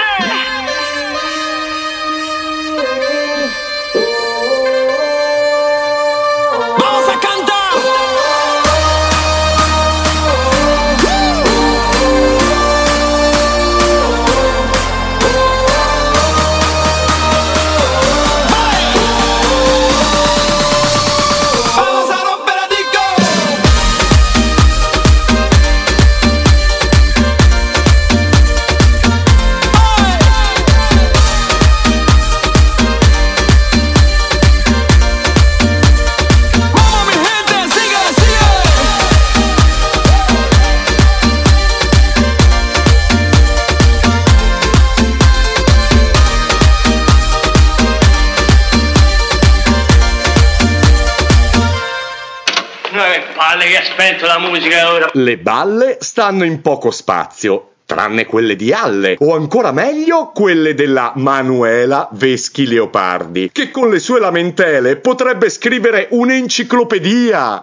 Che ha spento la musica ora. Le balle stanno in poco spazio, tranne quelle di Alle, o ancora meglio quelle della Manuela Veschi Leopardi, che con le sue lamentele potrebbe scrivere un'enciclopedia.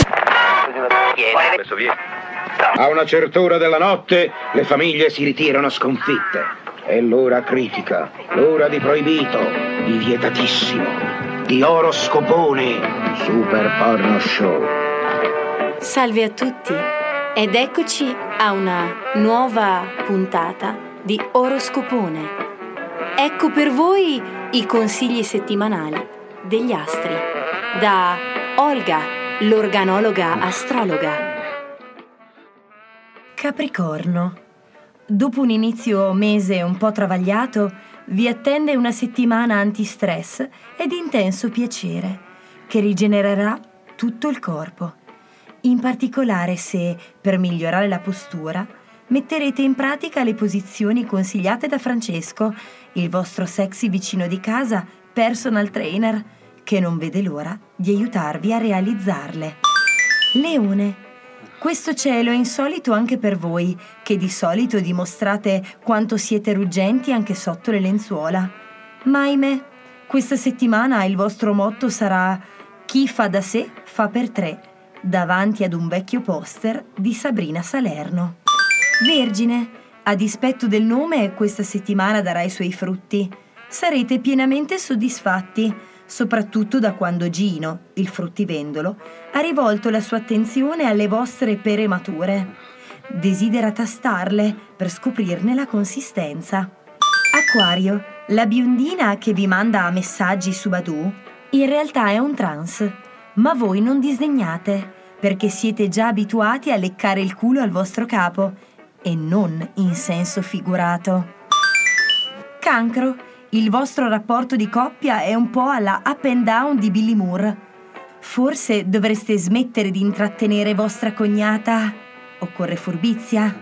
A una certa ora della notte le famiglie si ritirano sconfitte. È l'ora critica, l'ora di proibito, di vietatissimo, di oroscopone, Super Porno Show. Salve a tutti ed eccoci a una nuova puntata di Oroscopone. Ecco per voi i consigli settimanali degli astri da Olga, l'organologa astrologa. Capricorno. Dopo un inizio mese un po' travagliato, vi attende una settimana antistress ed intenso piacere che rigenererà tutto il corpo. In particolare se, per migliorare la postura, metterete in pratica le posizioni consigliate da Francesco, il vostro sexy vicino di casa, personal trainer, che non vede l'ora di aiutarvi a realizzarle. Leone. Questo cielo è insolito anche per voi, che di solito dimostrate quanto siete ruggenti anche sotto le lenzuola. Ma ahimè, questa settimana il vostro motto sarà «Chi fa da sé fa per tre», davanti ad un vecchio poster di Sabrina Salerno. Vergine, a dispetto del nome, questa settimana darà i suoi frutti. Sarete pienamente soddisfatti, soprattutto da quando Gino, il fruttivendolo, ha rivolto la sua attenzione alle vostre pere mature. Desidera tastarle per scoprirne la consistenza. Acquario, la biondina che vi manda messaggi su Badoo in realtà è un trans, ma voi non disdegnate, perché siete già abituati a leccare il culo al vostro capo, e non in senso figurato. Cancro, il vostro rapporto di coppia è un po' alla up and down di Billy Moore. Forse dovreste smettere di intrattenere vostra cognata. Occorre furbizia.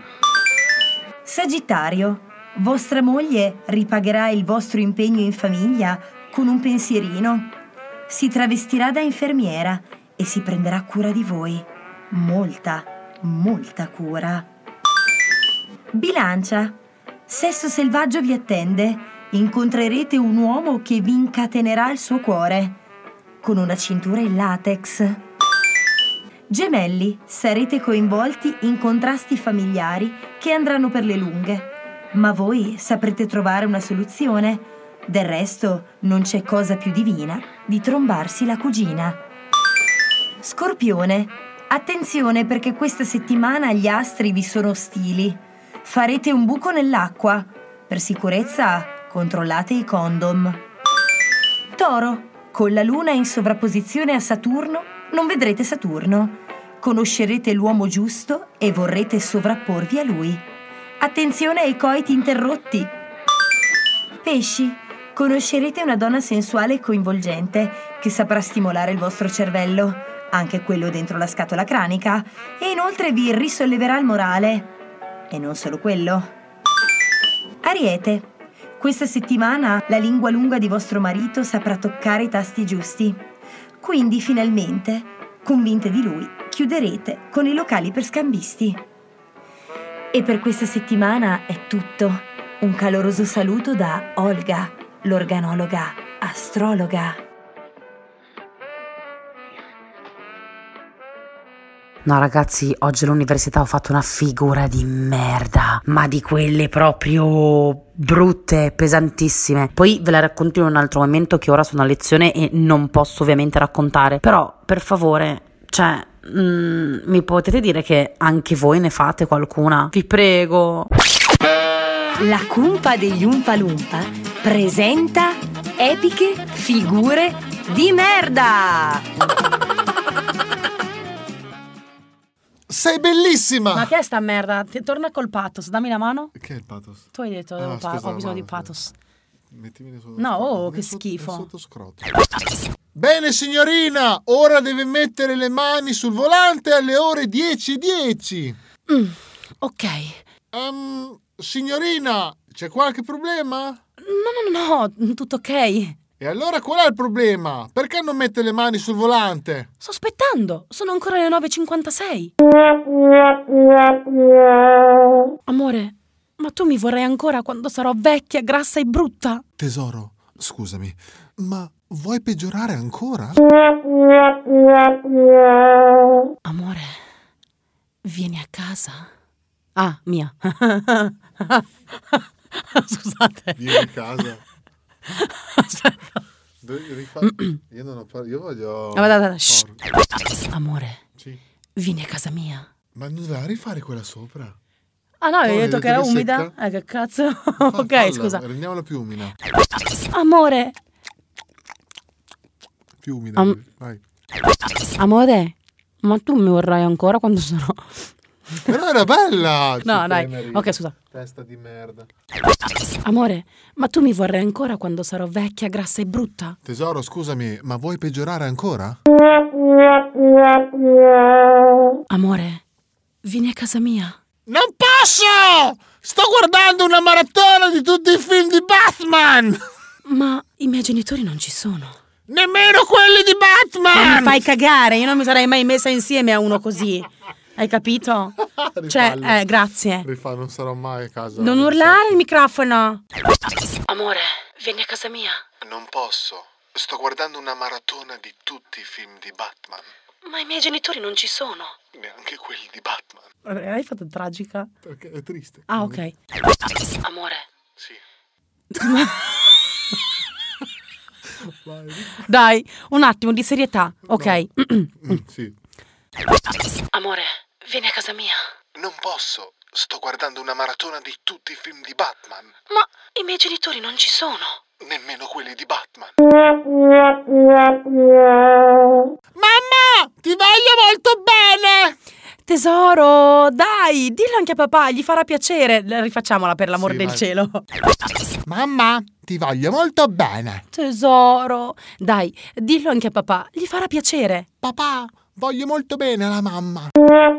Sagittario, vostra moglie ripagherà il vostro impegno in famiglia con un pensierino. Si travestirà da infermiera e si prenderà cura di voi. Molta, molta cura. Bilancia, sesso selvaggio vi attende. Incontrerete un uomo che vi incatenerà il suo cuore con una cintura in latex. Gemelli, sarete coinvolti in contrasti familiari che andranno per le lunghe, ma voi saprete trovare una soluzione. Del resto non c'è cosa più divina di trombarsi la cugina. Scorpione, attenzione perché questa settimana gli astri vi sono ostili. Farete un buco nell'acqua. Per sicurezza controllate i condom. Toro, con la luna in sovrapposizione a Saturno non vedrete Saturno. Conoscerete l'uomo giusto e vorrete sovrapporvi a lui. Attenzione ai coiti interrotti. Pesci, conoscerete una donna sensuale e coinvolgente che saprà stimolare il vostro cervello, anche quello dentro la scatola cranica, e inoltre vi risolleverà il morale. E non solo quello. Ariete, questa settimana la lingua lunga di vostro marito saprà toccare i tasti giusti. Quindi finalmente, convinte di lui, chiuderete con i locali per scambisti. E per questa settimana è tutto. Un caloroso saluto da Olga, l'organologa astrologa. No ragazzi, oggi all'università ho fatto una figura di merda, ma di quelle proprio brutte, pesantissime. Poi ve la racconto in un altro momento, che ora sono a lezione e non posso ovviamente raccontare. Però, per favore, cioè, mi potete dire che anche voi ne fate qualcuna? Vi prego. La cumpa degli Umpa Lumpa presenta epiche figure di merda. Sei bellissima! Ma che è sta merda? Torna col pathos, dammi la mano. Che è il pathos? Tu hai detto, ho bisogno di pathos. Mettimi sotto. No, che schifo. Sotto scroto. Bene signorina, ora deve mettere le mani sul volante alle ore 10:10. Ok. Signorina, c'è qualche problema? No, tutto ok. E allora qual è il problema? Perché non mette le mani sul volante? Sto aspettando, sono ancora le 9:56. Amore, ma tu mi vorrai ancora quando sarò vecchia, grassa e brutta? Tesoro, scusami, ma vuoi peggiorare ancora? Amore, vieni a casa. Ah, mia. Scusate. Vieni a casa. Aspetta. Io non ho io voglio... Amore, sì. Vieni a casa mia. Ma non doveva rifare quella sopra? Ah no, Poi hai detto che era umida? secca? Che cazzo? Ok, scusa. Rendiamola più umida. Amore. Più umida, vai. Amore, ma tu mi vorrai ancora quando sarò... Però era bella! No, dai. Ok, scusa. Testa di merda. Amore, ma tu mi vorrai ancora quando sarò vecchia, grassa e brutta? Tesoro, scusami, ma vuoi peggiorare ancora? Amore, vieni a casa mia. Non posso! Sto guardando una maratona di tutti i film di Batman! Ma i miei genitori non ci sono. Nemmeno quelli di Batman! Ma mi fai cagare, io non mi sarei mai messa insieme a uno così. Hai capito? Cioè, grazie. Non sarò mai a casa. Non urlare il microfono. Amore, vieni a casa mia. Non posso. Sto guardando una maratona di tutti i film di Batman. Ma i miei genitori non ci sono. Neanche quelli di Batman. Hai fatto tragica? Perché è triste. Ah, ok. Amore. Sì. Dai, un attimo di serietà, ok? Sì. Amore, vieni a casa mia. Non posso. Sto guardando una maratona di tutti i film di Batman. Ma i miei genitori non ci sono. Nemmeno quelli di Batman. Mamma, ti voglio molto bene! Tesoro, dai, dillo anche a papà, gli farà piacere. Rifacciamola per l'amor del cielo. Mamma, ti voglio molto bene. Tesoro, dai, dillo anche a papà, gli farà piacere. Papà, voglio molto bene alla mamma.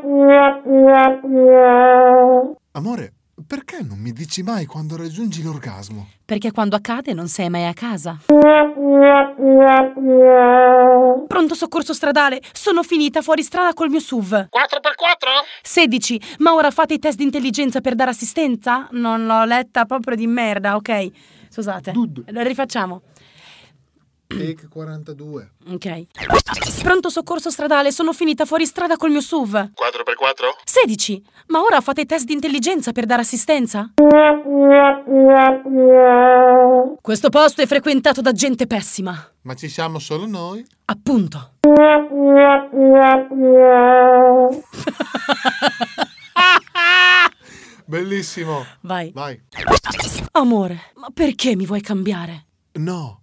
Amore, perché non mi dici mai quando raggiungi l'orgasmo? Perché quando accade non sei mai a casa. Pronto soccorso stradale, sono finita fuori strada col mio SUV. 4x4? 16, ma ora fate i test di intelligenza per dare assistenza? Non l'ho letta proprio di merda, ok? Scusate, lo rifacciamo. Take 42. Ok. Pronto soccorso stradale, sono finita fuori strada col mio SUV. 4x4? 16, ma ora fate i test di intelligenza per dare assistenza? Questo posto è frequentato da gente pessima. Ma ci siamo solo noi? Appunto. Bellissimo. Vai. Vai. Amore, ma perché mi vuoi cambiare? No.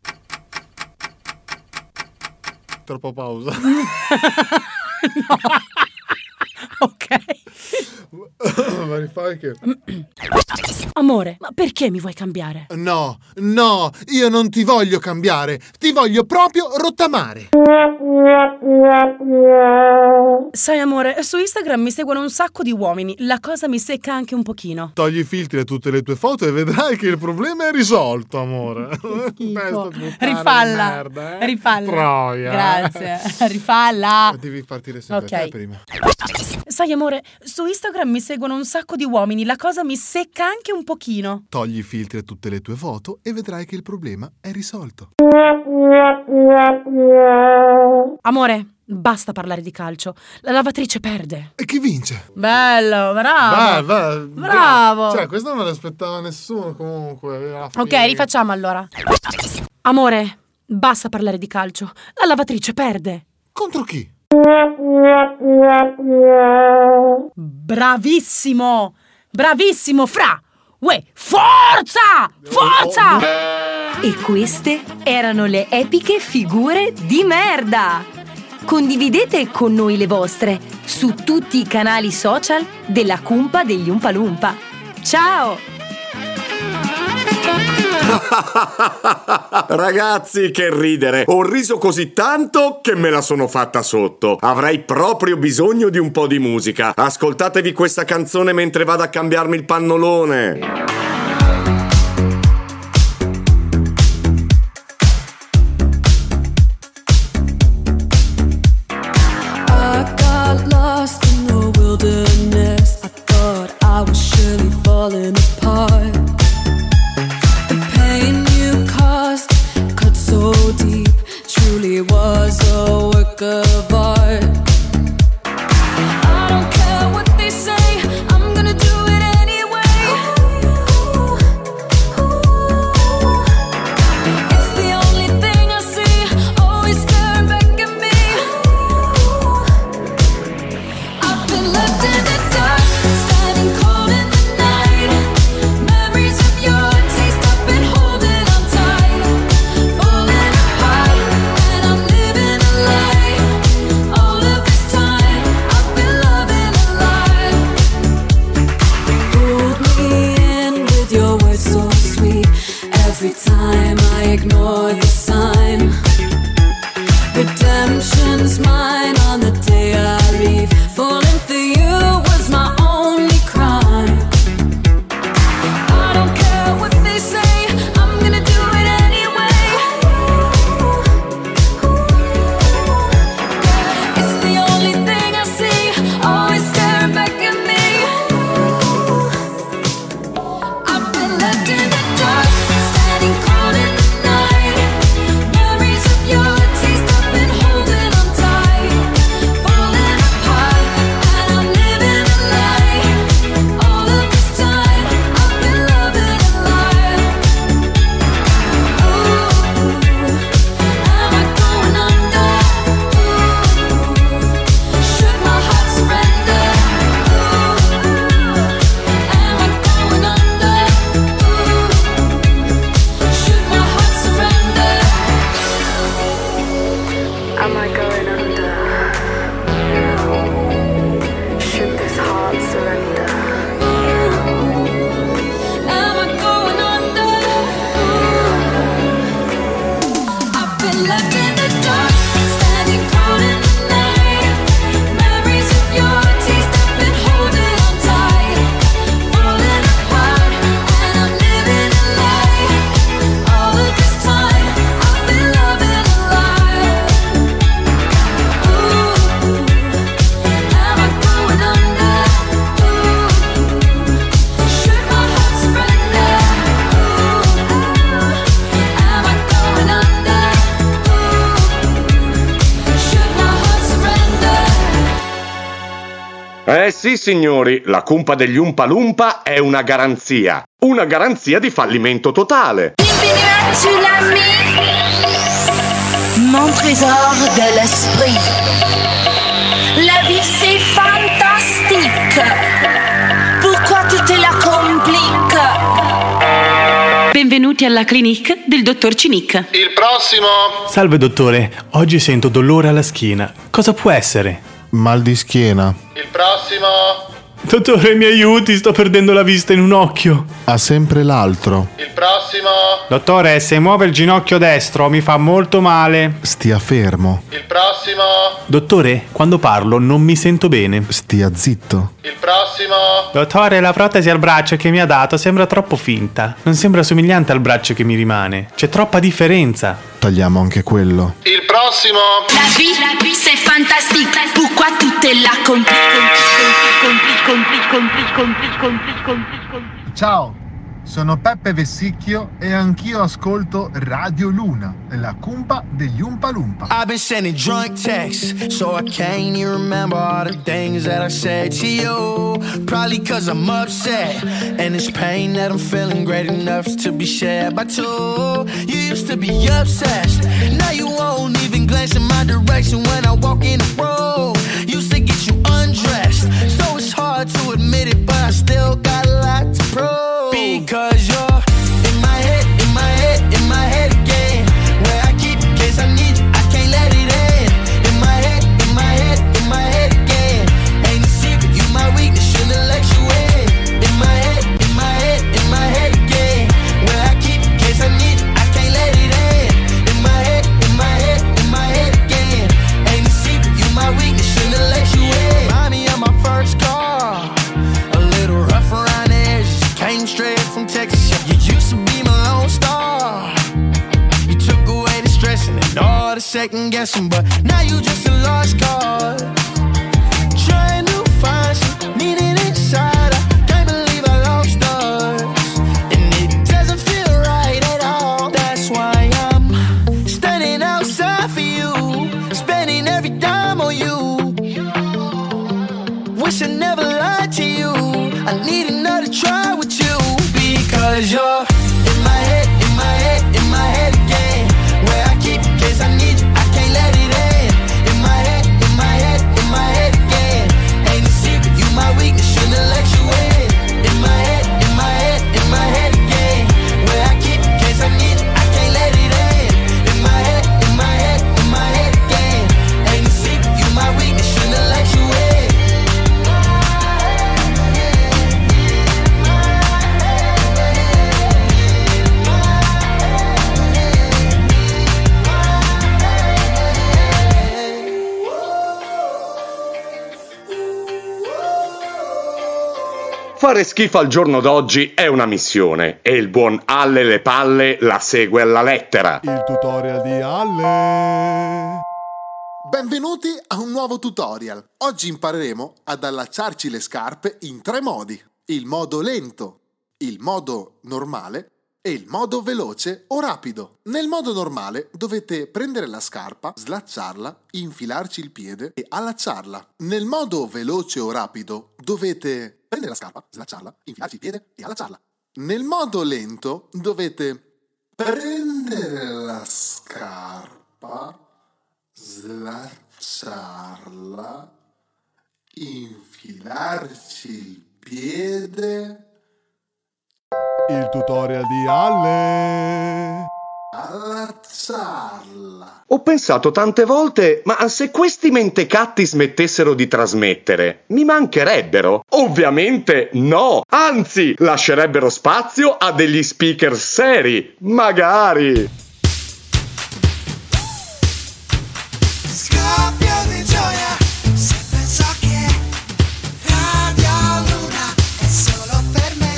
Troppa pausa. No. Ok. Ma rifai che... Amore, ma perché mi vuoi cambiare? No, io non ti voglio cambiare, ti voglio proprio rottamare. Sai amore, su Instagram mi seguono un sacco di uomini, la cosa mi secca anche un pochino. Togli i filtri a tutte le tue foto e vedrai che il problema è risolto, amore. Rifalla, merda, rifalla. Troia. Grazie, rifalla. Devi partire sempre te prima. Sai amore, su Instagram mi seguono un sacco di uomini, la cosa mi secca anche un pochino. Togli i filtri a tutte le tue foto e vedrai che il problema è risolto. Amore, basta parlare di calcio. La lavatrice perde. E chi vince? Bello, bravo. Bravo. Cioè, questo non me l'aspettava nessuno comunque. Ok, rifacciamo allora. Amore, basta parlare di calcio. La lavatrice perde. Contro chi? Bravissimo! Bravissimo, Fra! Uè, forza! Forza! E queste erano le epiche figure di merda! Condividete con noi le vostre su tutti i canali social della Cumpa degli Umpalumpa. Ciao! Ragazzi, che ridere! Ho riso così tanto che me la sono fatta sotto. Avrei proprio bisogno di un po' di musica. Ascoltatevi questa canzone mentre vado a cambiarmi il pannolone. I got lost in the wilderness. I thought I was surely falling apart. Cut so deep, truly was a work of art. I don't care what they say, I'm gonna do it anyway. It's the only thing I see, always staring back at me. I've been left in the dark, standing cold in the night. Memories of your taste I've been holding on tight. Falling apart, and I'm living a lie. All of this time, I've been loving a lie. Hold me in with your words so sweet. Every time I ignore the sign. Redemption's mine on the day I leave. Falling for you was my only crime. I don't care what they say, I'm gonna do it anyway. It's the only thing I see, always staring back at me. I've been left in the dark, standing cold in the night. Memories of your taste I've been holding on tight. Falling apart, and I'm living a lie. All of this time, I've been loving a lie. Am I going under? Should my heart surrender? Am I going under? Should my heart surrender? Am I going under? Should this heart surrender? Am I going under? I've been left in the dark, standing cold in the night. Memories of your taste I've been holding on tight. Falling apart, and I'm living a lie. All of this time, I've been loving a lie. Am I going under? Should my heart surrender? Am I going under? Should my heart surrender? Eh sì, signori, la Cumpa degli Umpalumpa è una garanzia di fallimento totale. Mon trésor de l'esprit. La vie c'est fantastique. Pourquoi tu te la compliques? Benvenuti alla clinique del dottor Cinic. Il prossimo. Salve dottore, oggi sento dolore alla schiena. Cosa può essere? Mal di schiena. Il prossimo. Dottore, mi aiuti, sto perdendo la vista in un occhio. Ha sempre l'altro. Il prossimo. Dottore, se muove il ginocchio destro mi fa molto male. Stia fermo. Il prossimo. Dottore, quando parlo non mi sento bene. Stia zitto. Il prossimo. Dottore, la protesi al braccio che mi ha dato sembra troppo finta. Non sembra somigliante al braccio che mi rimane. C'è troppa differenza. Tagliamo anche quello. Il prossimo. La vie c'est fantastique. Pourquoi tu te la compliques? Ciao, sono Peppe Vessicchio e anch'io ascolto Radio Luna, la cumpa degli Oompa Loompa. I've been sending drunk texts, so I can't even remember all the things that I said to you. Probably cause I'm upset, and it's pain that I'm feeling great enough to be shared by two. You used to be obsessed, now you won't even glance in my direction when I walk in the room. Used to get you undressed, so it's hard to admit it, but I still got a lot to prove. Because you're in my head, in my head, in my head again. Where I keep in case I need you, I can't let it in. In my head, in my head, in my head again. Ain't a secret, you my weakness, shouldn't let you in. In my head, in my head, in my head again. Where I keep in case I need you, I can't let it in. In my head, in my head, in my head again. Ain't a secret, you my weakness, shouldn't let you in. Remind me of my first car, a little rough around the edges. Came straight from Texas, you used to be my lone star. You took away the stressing and all the second guessing, but now you just a lost cause. Trying to find some meaning inside, I can't believe I lost us. And it doesn't feel right at all. That's why I'm standing outside for you, spending every dime on you. Wish I never lied to you, I need another try with you. Because you're in my head, in my head, in my head again. Where I keep in case I need you, I can't let it in. In my head, in my head, in my head again. Ain't a secret, you my weakness, shouldn't let you in. In my head, in my head, in my head again. Where I keep in case I need you, I can't let it in. In my head, in my head, in my head again. Ain't a secret, you my weakness, shouldn't let you in. Fare schifo al giorno d'oggi è una missione e il buon Alle le palle la segue alla lettera. Il tutorial di Alle. Benvenuti a un nuovo tutorial. Oggi impareremo ad allacciarci le scarpe in 3 modi. Il modo lento, il modo normale e il modo veloce o rapido. Nel modo normale dovete prendere la scarpa, slacciarla, infilarci il piede e allacciarla. Nel modo veloce o rapido dovete prendere la scarpa, slacciarla, infilarci il piede e allacciarla. Nel modo lento dovete prendere la scarpa, slacciarla, infilarci il piede. Il tutorial di Alle. Allacciarla. Ho pensato tante volte, ma se questi mentecatti smettessero di trasmettere, mi mancherebbero? Ovviamente no! Anzi, lascerebbero spazio a degli speaker seri, magari! Scoppio di gioia se penso che Radio Luna è solo per me.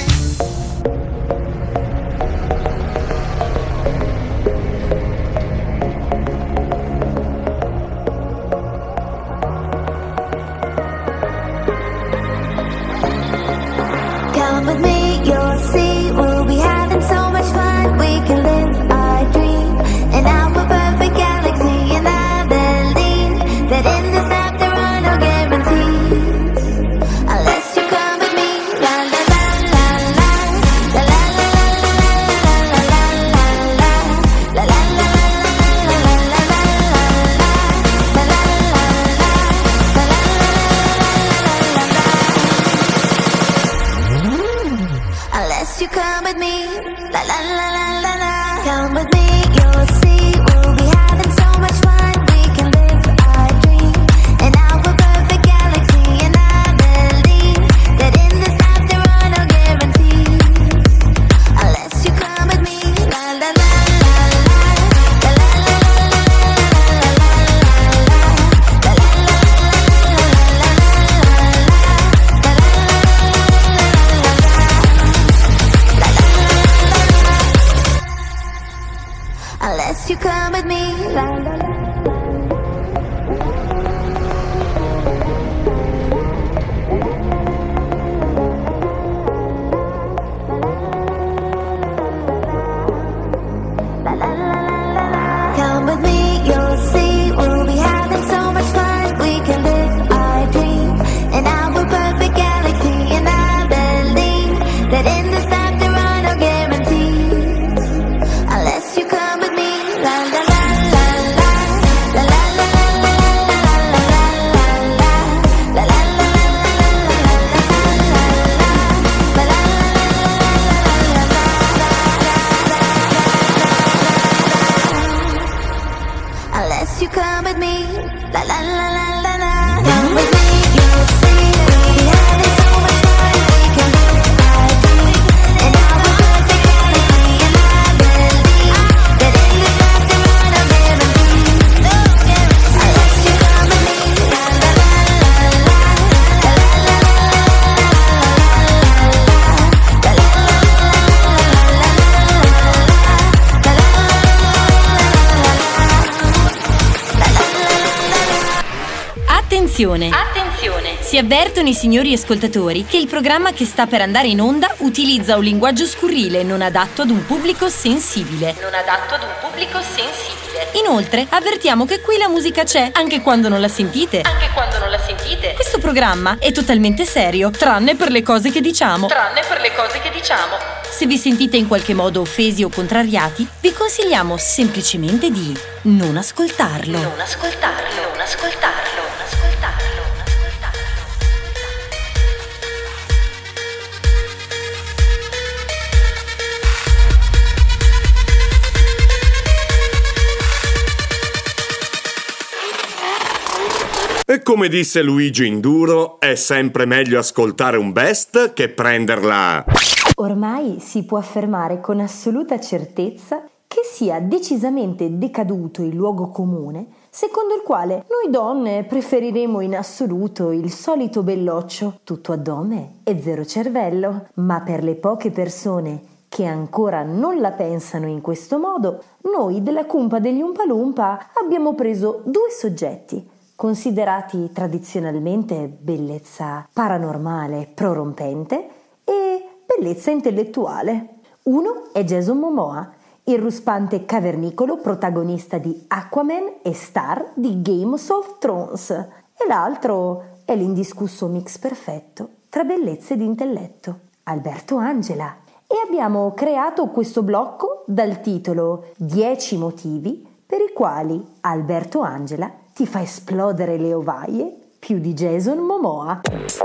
Come with me, you'll see we'll be having so much fun. We can live our dream in our perfect galaxy, and I believe that in this life there are no guarantees unless you come with me. La la la la la la la la la la la la la la unless you come with me, la la la la la la. Come with me, you'll see we'll be having so much fun. We can live our dream in our perfect galaxy, and I believe that in this life there are no guarantees unless you come with me. La la la la la la la la unless you come with me. La la la. Attenzione! Attenzione! Si avvertono i signori ascoltatori che il programma che sta per andare in onda utilizza un linguaggio scurrile non adatto ad un pubblico sensibile. Non adatto ad un pubblico sensibile. Inoltre, avvertiamo che qui la musica c'è, anche quando non la sentite. Anche quando non la sentite. Questo programma è totalmente serio, tranne per le cose che diciamo. Tranne per le cose che diciamo. Se vi sentite in qualche modo offesi o contrariati, vi consigliamo semplicemente di non ascoltarlo. Non ascoltarlo. Non ascoltarlo. Non ascoltarlo. E come disse Luigi Induro, è sempre meglio ascoltare un best che prenderla. Ormai si può affermare con assoluta certezza che sia decisamente decaduto il luogo comune secondo il quale noi donne preferiremo in assoluto il solito belloccio, tutto addome e zero cervello. Ma per le poche persone che ancora non la pensano in questo modo, noi della Cumpa degli Umpalumpa abbiamo preso due soggetti considerati tradizionalmente bellezza paranormale prorompente e bellezza intellettuale. Uno è Jason Momoa, il ruspante cavernicolo protagonista di Aquaman e star di Game of Thrones, e l'altro è l'indiscusso mix perfetto tra bellezza ed intelletto, Alberto Angela. E abbiamo creato questo blocco dal titolo 10 motivi per i quali Alberto Angela ti fa esplodere le ovaie più di Jason Momoa.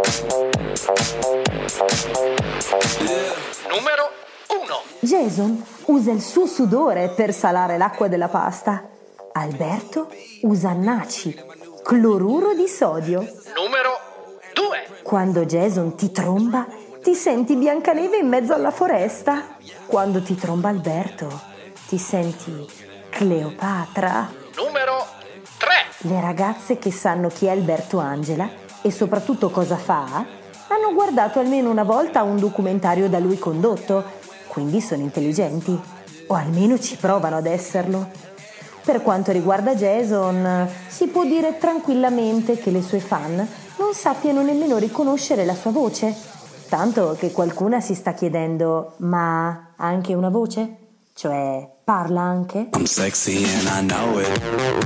Numero 1. Jason usa il suo sudore per salare l'acqua della pasta. Alberto usa NaCi, cloruro di sodio. Numero 2. Quando Jason ti tromba, ti senti Biancaneve in mezzo alla foresta. Quando ti tromba Alberto, ti senti Cleopatra. Numero 3. Le ragazze che sanno chi è Alberto Angela e soprattutto cosa fa, hanno guardato almeno una volta un documentario da lui condotto, quindi sono intelligenti, o almeno ci provano ad esserlo. Per quanto riguarda Jason, si può dire tranquillamente che le sue fan non sappiano nemmeno riconoscere la sua voce, tanto che qualcuna si sta chiedendo: ma ha anche una voce? Cioè, parla anche? I'm sexy and I know it.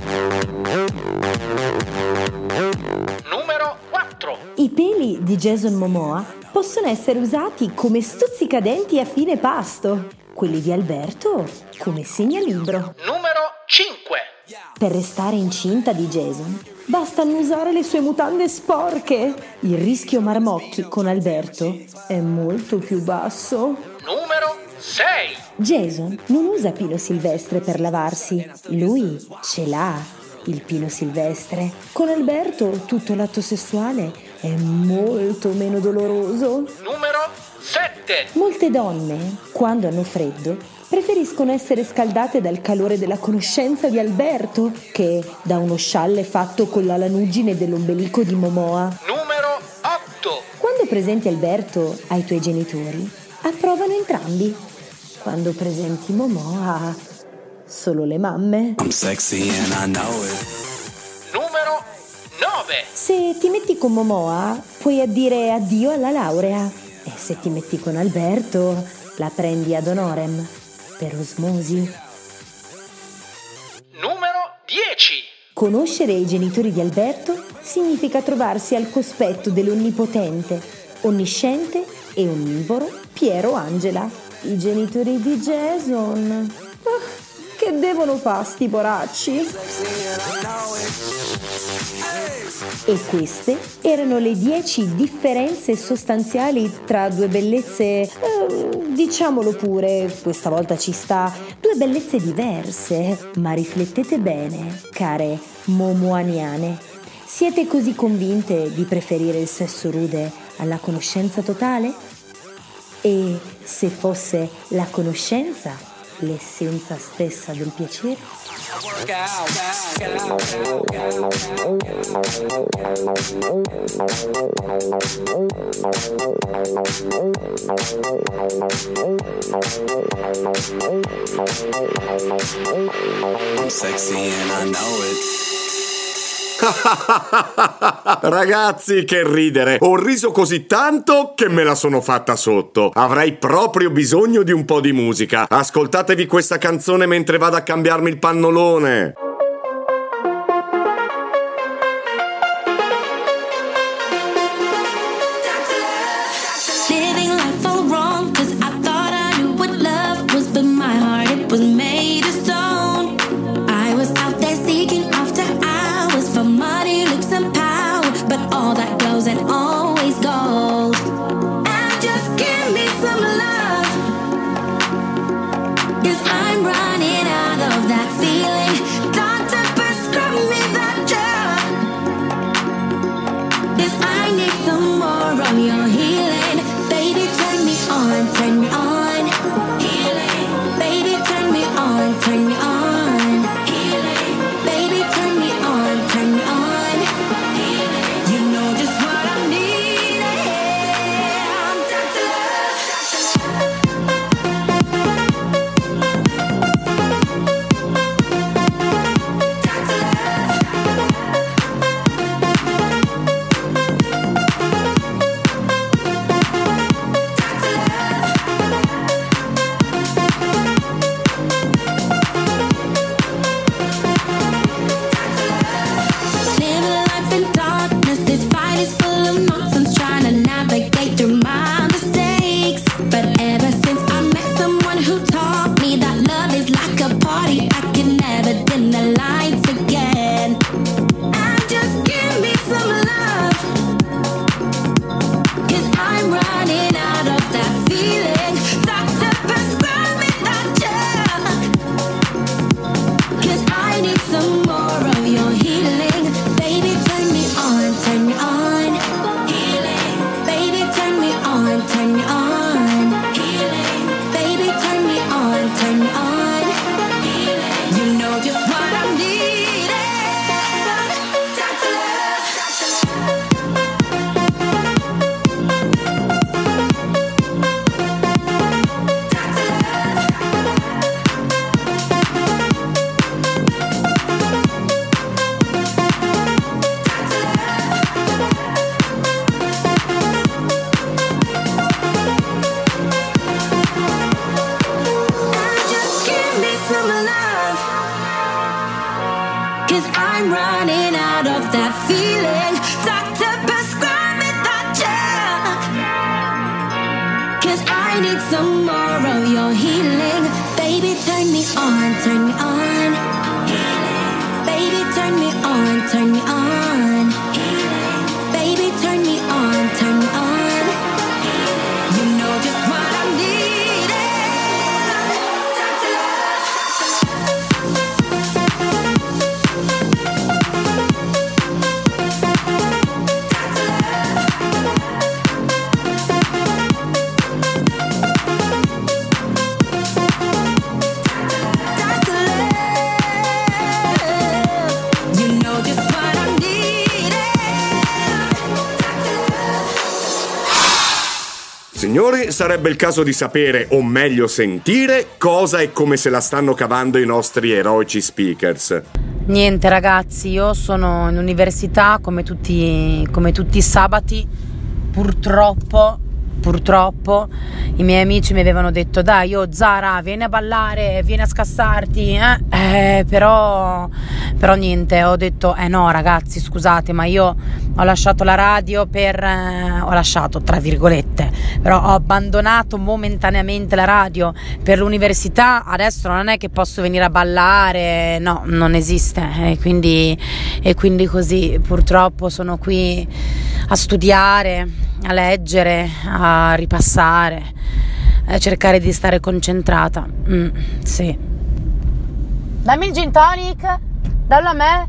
Numero 4. I peli di Jason Momoa possono essere usati come stuzzicadenti a fine pasto, quelli di Alberto come segnalibro. Numero 5. Per restare incinta di Jason basta annusare le sue mutande sporche. Il rischio marmocchi con Alberto è molto più basso. Numero 6. Jason non usa Pino Silvestre per lavarsi, lui ce l'ha il Pino Silvestre. Con Alberto tutto l'atto sessuale è molto meno doloroso. Numero 7. Molte donne, quando hanno freddo, preferiscono essere scaldate dal calore della conoscenza di Alberto che da uno scialle fatto con la lanuggine dell'ombelico di Momoa. Numero 8. Quando presenti Alberto ai tuoi genitori, approvano entrambi. Quando presenti Momoa, solo le mamme. I'm sexy and I know it. Numero 9. Se ti metti con Momoa, puoi dire addio alla laurea. E se ti metti con Alberto, la prendi ad honorem, per osmosi. Numero 10. Conoscere i genitori di Alberto significa trovarsi al cospetto dell'onnipotente, onnisciente e onnivoro Piero Angela. I genitori di Jason. Che devono fare sti poracci? E queste erano le 10 differenze sostanziali tra due bellezze, diciamolo pure, questa volta ci sta, due bellezze diverse. Ma riflettete bene, care momoaniane. Siete così convinte di preferire il sesso rude alla conoscenza totale? E se fosse la conoscenza l'essenza stessa del piacere? I'm sexy and I know it. Ragazzi, che ridere! Ho riso così tanto che me la sono fatta sotto. Avrei proprio bisogno di un po' di musica. Ascoltatevi questa canzone mentre vado a cambiarmi il pannolone. Signori, sarebbe il caso di sapere, o meglio sentire, cosa e come se la stanno cavando i nostri eroici speakers. Niente ragazzi, io sono in università come tutti i sabati. Purtroppo i miei amici mi avevano detto: dai, Zara, vieni a ballare, vieni a scassarti, però niente, ho detto no ragazzi, scusate, ma io ho lasciato la radio ho lasciato tra virgolette, però ho abbandonato momentaneamente la radio per l'università. Adesso non è che posso venire a ballare, no, non esiste, e quindi così purtroppo sono qui a studiare, a leggere, a ripassare, a cercare di stare concentrata. Sì. Dammi il gin tonic, dallo a me,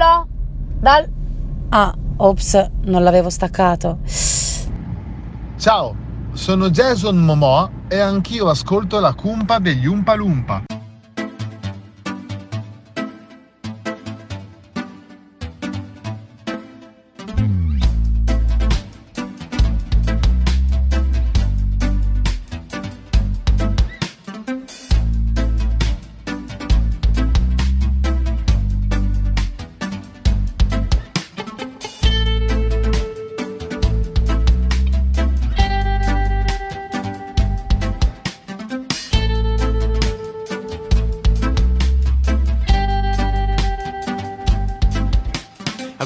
ops, non l'avevo staccato. Ciao, sono Jason Momoa e anch'io ascolto la cumpa degli Oompa Loompa.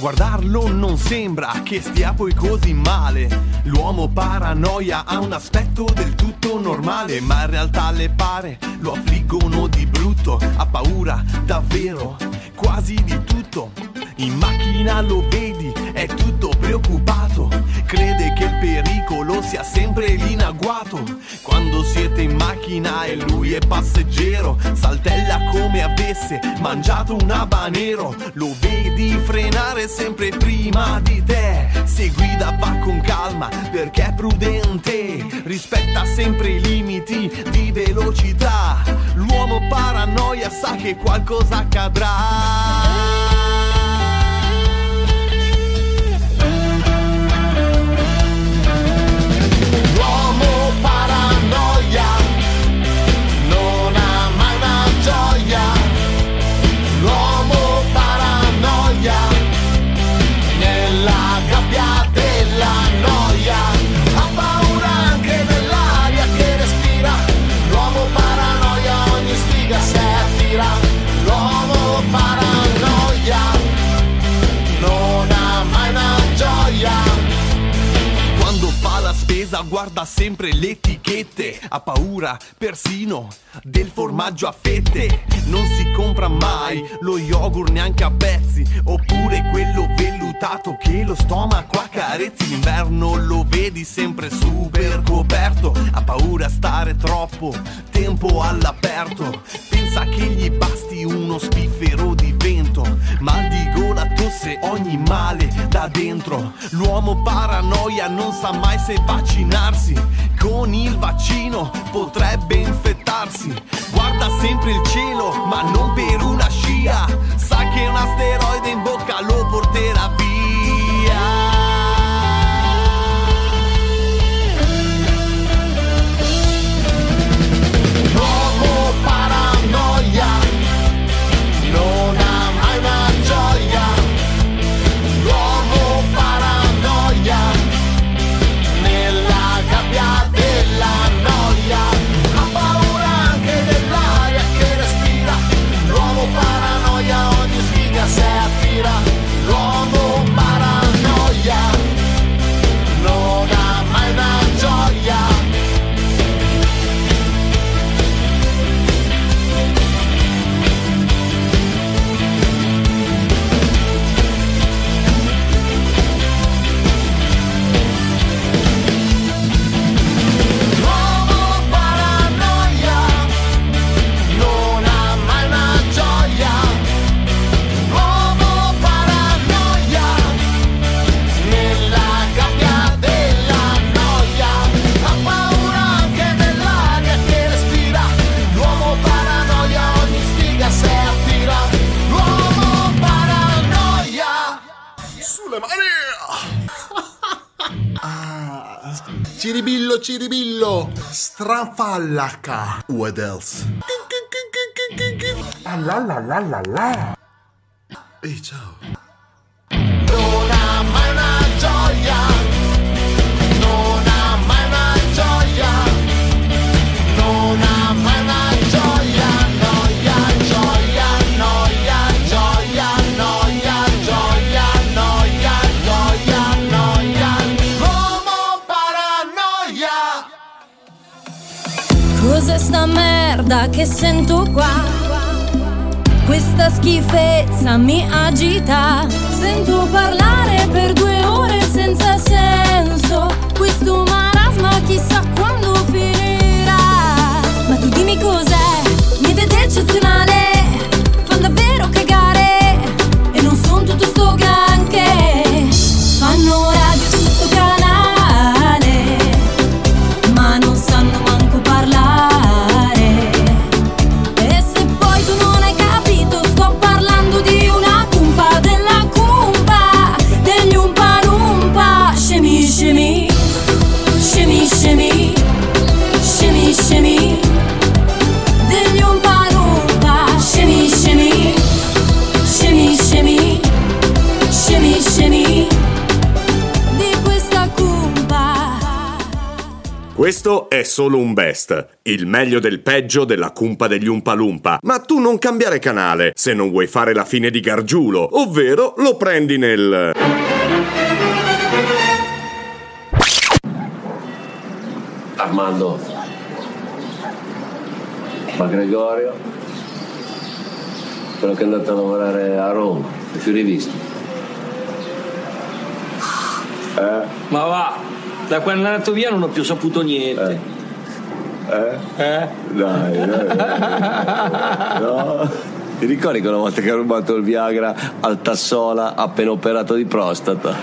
guardarlo non sembra che stia poi così male. L'uomo paranoia ha un aspetto del tutto normale, ma in realtà le pare lo affliggono di brutto. Ha paura davvero quasi di tutto. In macchina lo vedi, è tutto preoccupato. Crede che il pericolo sia sempre lì in agguato. Quando siete in macchina e lui è passeggero, saltella come avesse mangiato un habanero. Lo vedi frenare sempre prima di te. Se guida va con calma perché è prudente. Rispetta sempre i limiti di velocità. L'uomo paranoia sa che qualcosa accadrà. L'uomo paranoia non ha mai una gioia. L'uomo paranoia nella gabbia della noia. Ha paura anche dell'aria che respira. L'uomo paranoia ogni sfiga se attira. L'uomo paranoia non ha mai una gioia. Quando fa la spesa guarda sempre le etichette. Ha paura persino del formaggio a fette. Non si compra mai lo yogurt neanche a pezzi, oppure quello vellutato che lo stomaco accarezzi. L'inverno lo vedi sempre super coperto. Ha paura stare troppo tempo all'aperto. Pensa che gli basti uno spiffero di vento. Mal di gola, tosse, ogni male da dentro. L'uomo paranoia non sa mai se vaccinarsi. Con il vaccino potrebbe infettarsi. Guarda sempre il cielo ma non per una scia. Sa che un asteroide in bocca lo porterà via. L'uomo paranoia non ha mai una gioia. L'uomo paranoia nella gabbia della noia. Ha paura anche dell'aria che respira. L'uomo paranoia ogni sfiga se attira. L'uomo paranoia non ha mai una gioia. Ciribillo, Ciribillo, strafallaca. What else? La la la la la. Ehi, ciao. Non ha mai una gioia. Non ha mai una gioia. Non ha mai una gioia. Noia, gioia, noia, gioia, noia, gioia, noia, gioia, noia. L'uomo paranoia. Cos'è sta merda che sento qua? Questa schifezza mi agita. Sento parlare per 2 ore senza senso. Questo marasma chissà quando finirà. Ma tu dimmi cos'è? Niente di eccezionale. Fan davvero cagare. E non son tutto sto granché. Fanno radio su sto canale, ma non sanno manco parlare. E se poi tu non hai capito, sto parlando di una cumpa, della cumpa, degli umpa lumpa. Scemi, scemi, scemi, scemi, scemi, scemi, degli umpa lumpa. Scemi, scemi, scemi, scemi, scemi, scemi, di questa cumpa. Questo è solo un best, il meglio del peggio della cumpa degli Oompa Loompa. Ma tu non cambiare canale se non vuoi fare la fine di Gargiulo, ovvero lo prendi nel... Armando, ma Gregorio, quello che è andato a lavorare a Roma, hai più rivisto? Ma va, da quando è andato via non ho più saputo niente. Dai. No. Ti ricordi quella volta che ha rubato il Viagra al Tassola appena operato di prostata?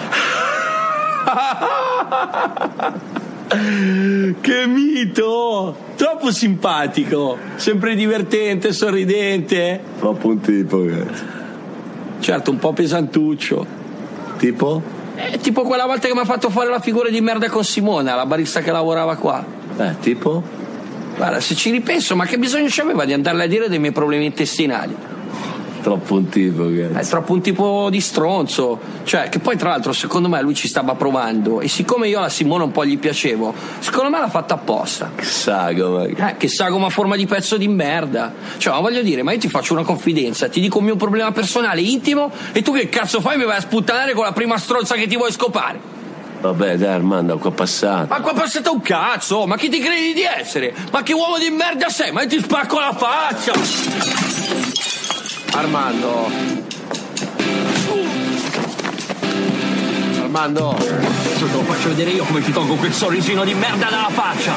Che mito! Troppo simpatico, sempre divertente, sorridente. Troppo un tipo, ragazzi. Certo, un po' pesantuccio. Tipo? Tipo quella volta che mi ha fatto fare la figura di merda con Simona, la barista che lavorava qua. Tipo? Guarda, se ci ripenso, ma che bisogno c'aveva di andarle a dire dei miei problemi intestinali? Troppo un tipo, ragazzi. È troppo un tipo di stronzo. Cioè, che poi tra l'altro secondo me lui ci stava provando, e siccome io alla Simona un po' gli piacevo, secondo me l'ha fatta apposta. Che sagoma. Che sagoma a forma di pezzo di merda. Cioè, ma voglio dire, ma io ti faccio una confidenza, ti dico il mio problema personale intimo, e tu che cazzo fai? Mi vai a sputtanare con la prima stronza che ti vuoi scopare. Vabbè, dai, Armando, qua passato. Ma qua passata un cazzo, ma chi ti credi di essere? Ma che uomo di merda sei? Ma io ti spacco la faccia. Armando, adesso te lo faccio vedere io come ti tolgo quel sorrisino di merda dalla faccia.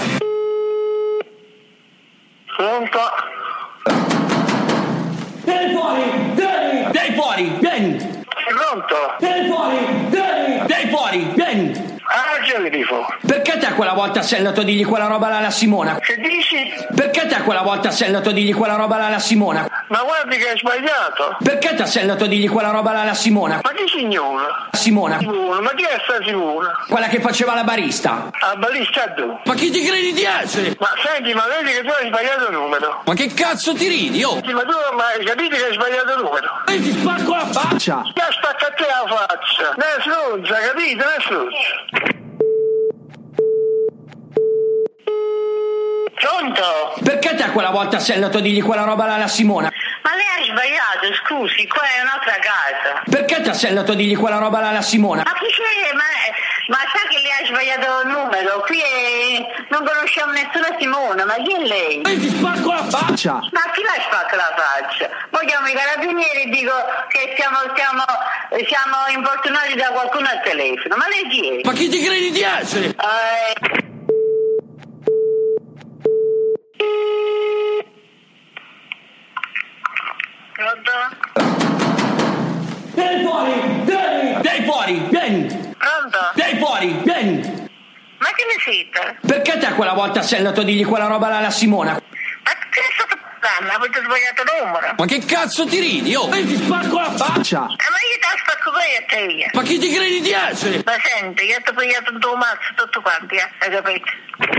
Pronto? Vieni fuori, vieni! Vieni fuori, vieni! Pronto? Vieni fuori, vieni! Vieni fuori, vieni! Ah, già vedi fuori. Perché te quella volta sei andato a dirgli quella roba là alla Simona? Che dici? Perché te quella volta sei andato a dirgli quella roba là alla Simona? Ma guardi che hai sbagliato. Perché te sei andato a dirgli quella roba là alla Simona? Ma che signora? Simona. Simona, ma chi è sta Simona? Quella che faceva la barista. La barista tu? Ma chi ti credi di essere? Ma senti, ma vedi che tu hai sbagliato il numero. Ma che cazzo ti ridi, oh? Sì, ma tu hai capito che hai sbagliato il numero. E ti spacco la faccia. Io spacco a te la faccia. Non è stronza, capito? Non è stronza. Pronto? Perché te quella volta sei andato a dirgli quella roba là alla Simona? Ma lei ha sbagliato, scusi, qua è un'altra casa. Perché te sei andato a dirgli quella roba là alla Simona? Ma chi c'è? Ma sa che lei ha sbagliato il numero? Qui non conosciamo nessuna Simona, ma chi è lei? E ti spacco la faccia! Ma chi la spacca la faccia? Poi chiamo i carabinieri e dico che siamo importunati da qualcuno al telefono. Ma lei chi è? Ma chi ti credi di essere? Vieni fuori, vieni! Vieni fuori, vieni! Pronto? Vieni fuori, vieni! Ma che ne siete? Perché te quella volta sei andato a dirgli quella roba là alla Simona? Ma che ne state parlando? Avete sbagliato numero. Ma che cazzo ti ridi, oh? E ti spacco la faccia! Ma io te la spacco poi a te. Ma chi ti credi di essere? Ma senti, io ti ho pigliato un tuo mazzo tutto quanti, hai capito?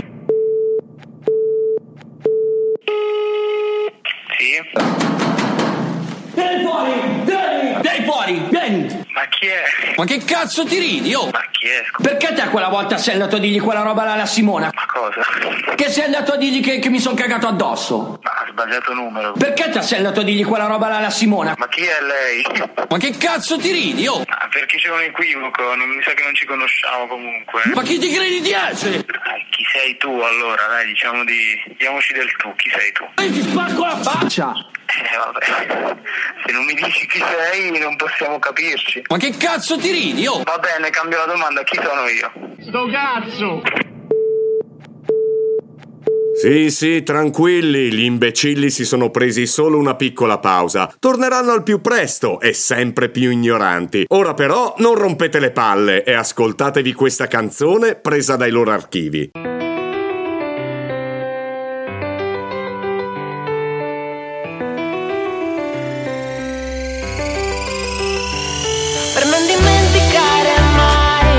Sì? Vieni fuori, vieni! Vieni fuori, vieni! Ma chi è? Ma che cazzo ti ridi, oh? Ma chi è? Perché te quella volta sei andato a dirgli quella roba là alla Simona? Ma cosa? Che sei andato a dirgli che mi son cagato addosso? Ma ha sbagliato numero. Perché te sei andato a dirgli quella roba là alla Simona? Ma chi è lei? Ma che cazzo ti ridi, oh? Ah, perché c'è un equivoco, mi sa che non ci conosciamo comunque. Ma chi ti credi di essere? Chi sei tu allora, dai, diamoci del tu, chi sei tu? E ti spacco la faccia! Vabbè, se non mi dici chi sei non possiamo capirci. Ma che cazzo ti ridi, oh? Va bene, cambio la domanda, chi sono io? Sto cazzo! Sì, tranquilli, gli imbecilli si sono presi solo una piccola pausa. Torneranno al più presto e sempre più ignoranti. Ora però non rompete le palle e ascoltatevi questa canzone presa dai loro archivi. Per non dimenticare mai,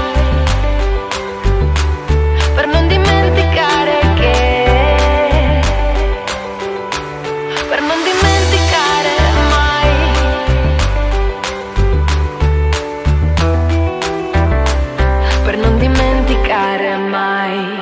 per non dimenticare che, per non dimenticare mai, per non dimenticare mai.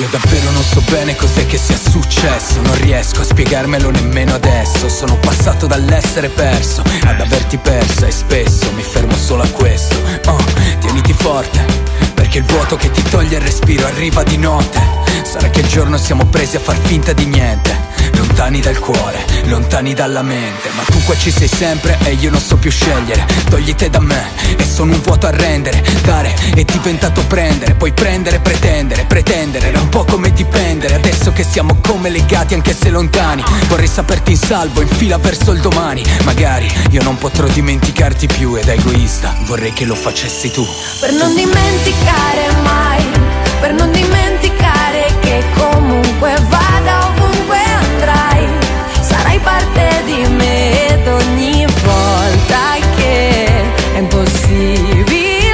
Io davvero non so bene cos'è che sia successo, non riesco a spiegarmelo nemmeno adesso. Sono passato dall'essere perso ad averti persa e spesso mi fermo solo a questo. Tieniti forte, perché il vuoto che ti toglie il respiro arriva di notte. Sarà che il giorno siamo presi a far finta di niente, lontani dal cuore, lontani dalla mente. Ma tu qua ci sei sempre e io non so più scegliere. Togli te da me e sono un vuoto a rendere. Dare è diventato prendere, poi prendere, pretendere. Pretendere era un po' come dipendere. Adesso che siamo come legati anche se lontani, vorrei saperti in salvo, in fila verso il domani. Magari io non potrò dimenticarti più, ed egoista vorrei che lo facessi tu. Per non dimenticare mai, per non dimenticare che comunque vada, ovunque andrai, sarai parte di me ed ogni volta che è impossibile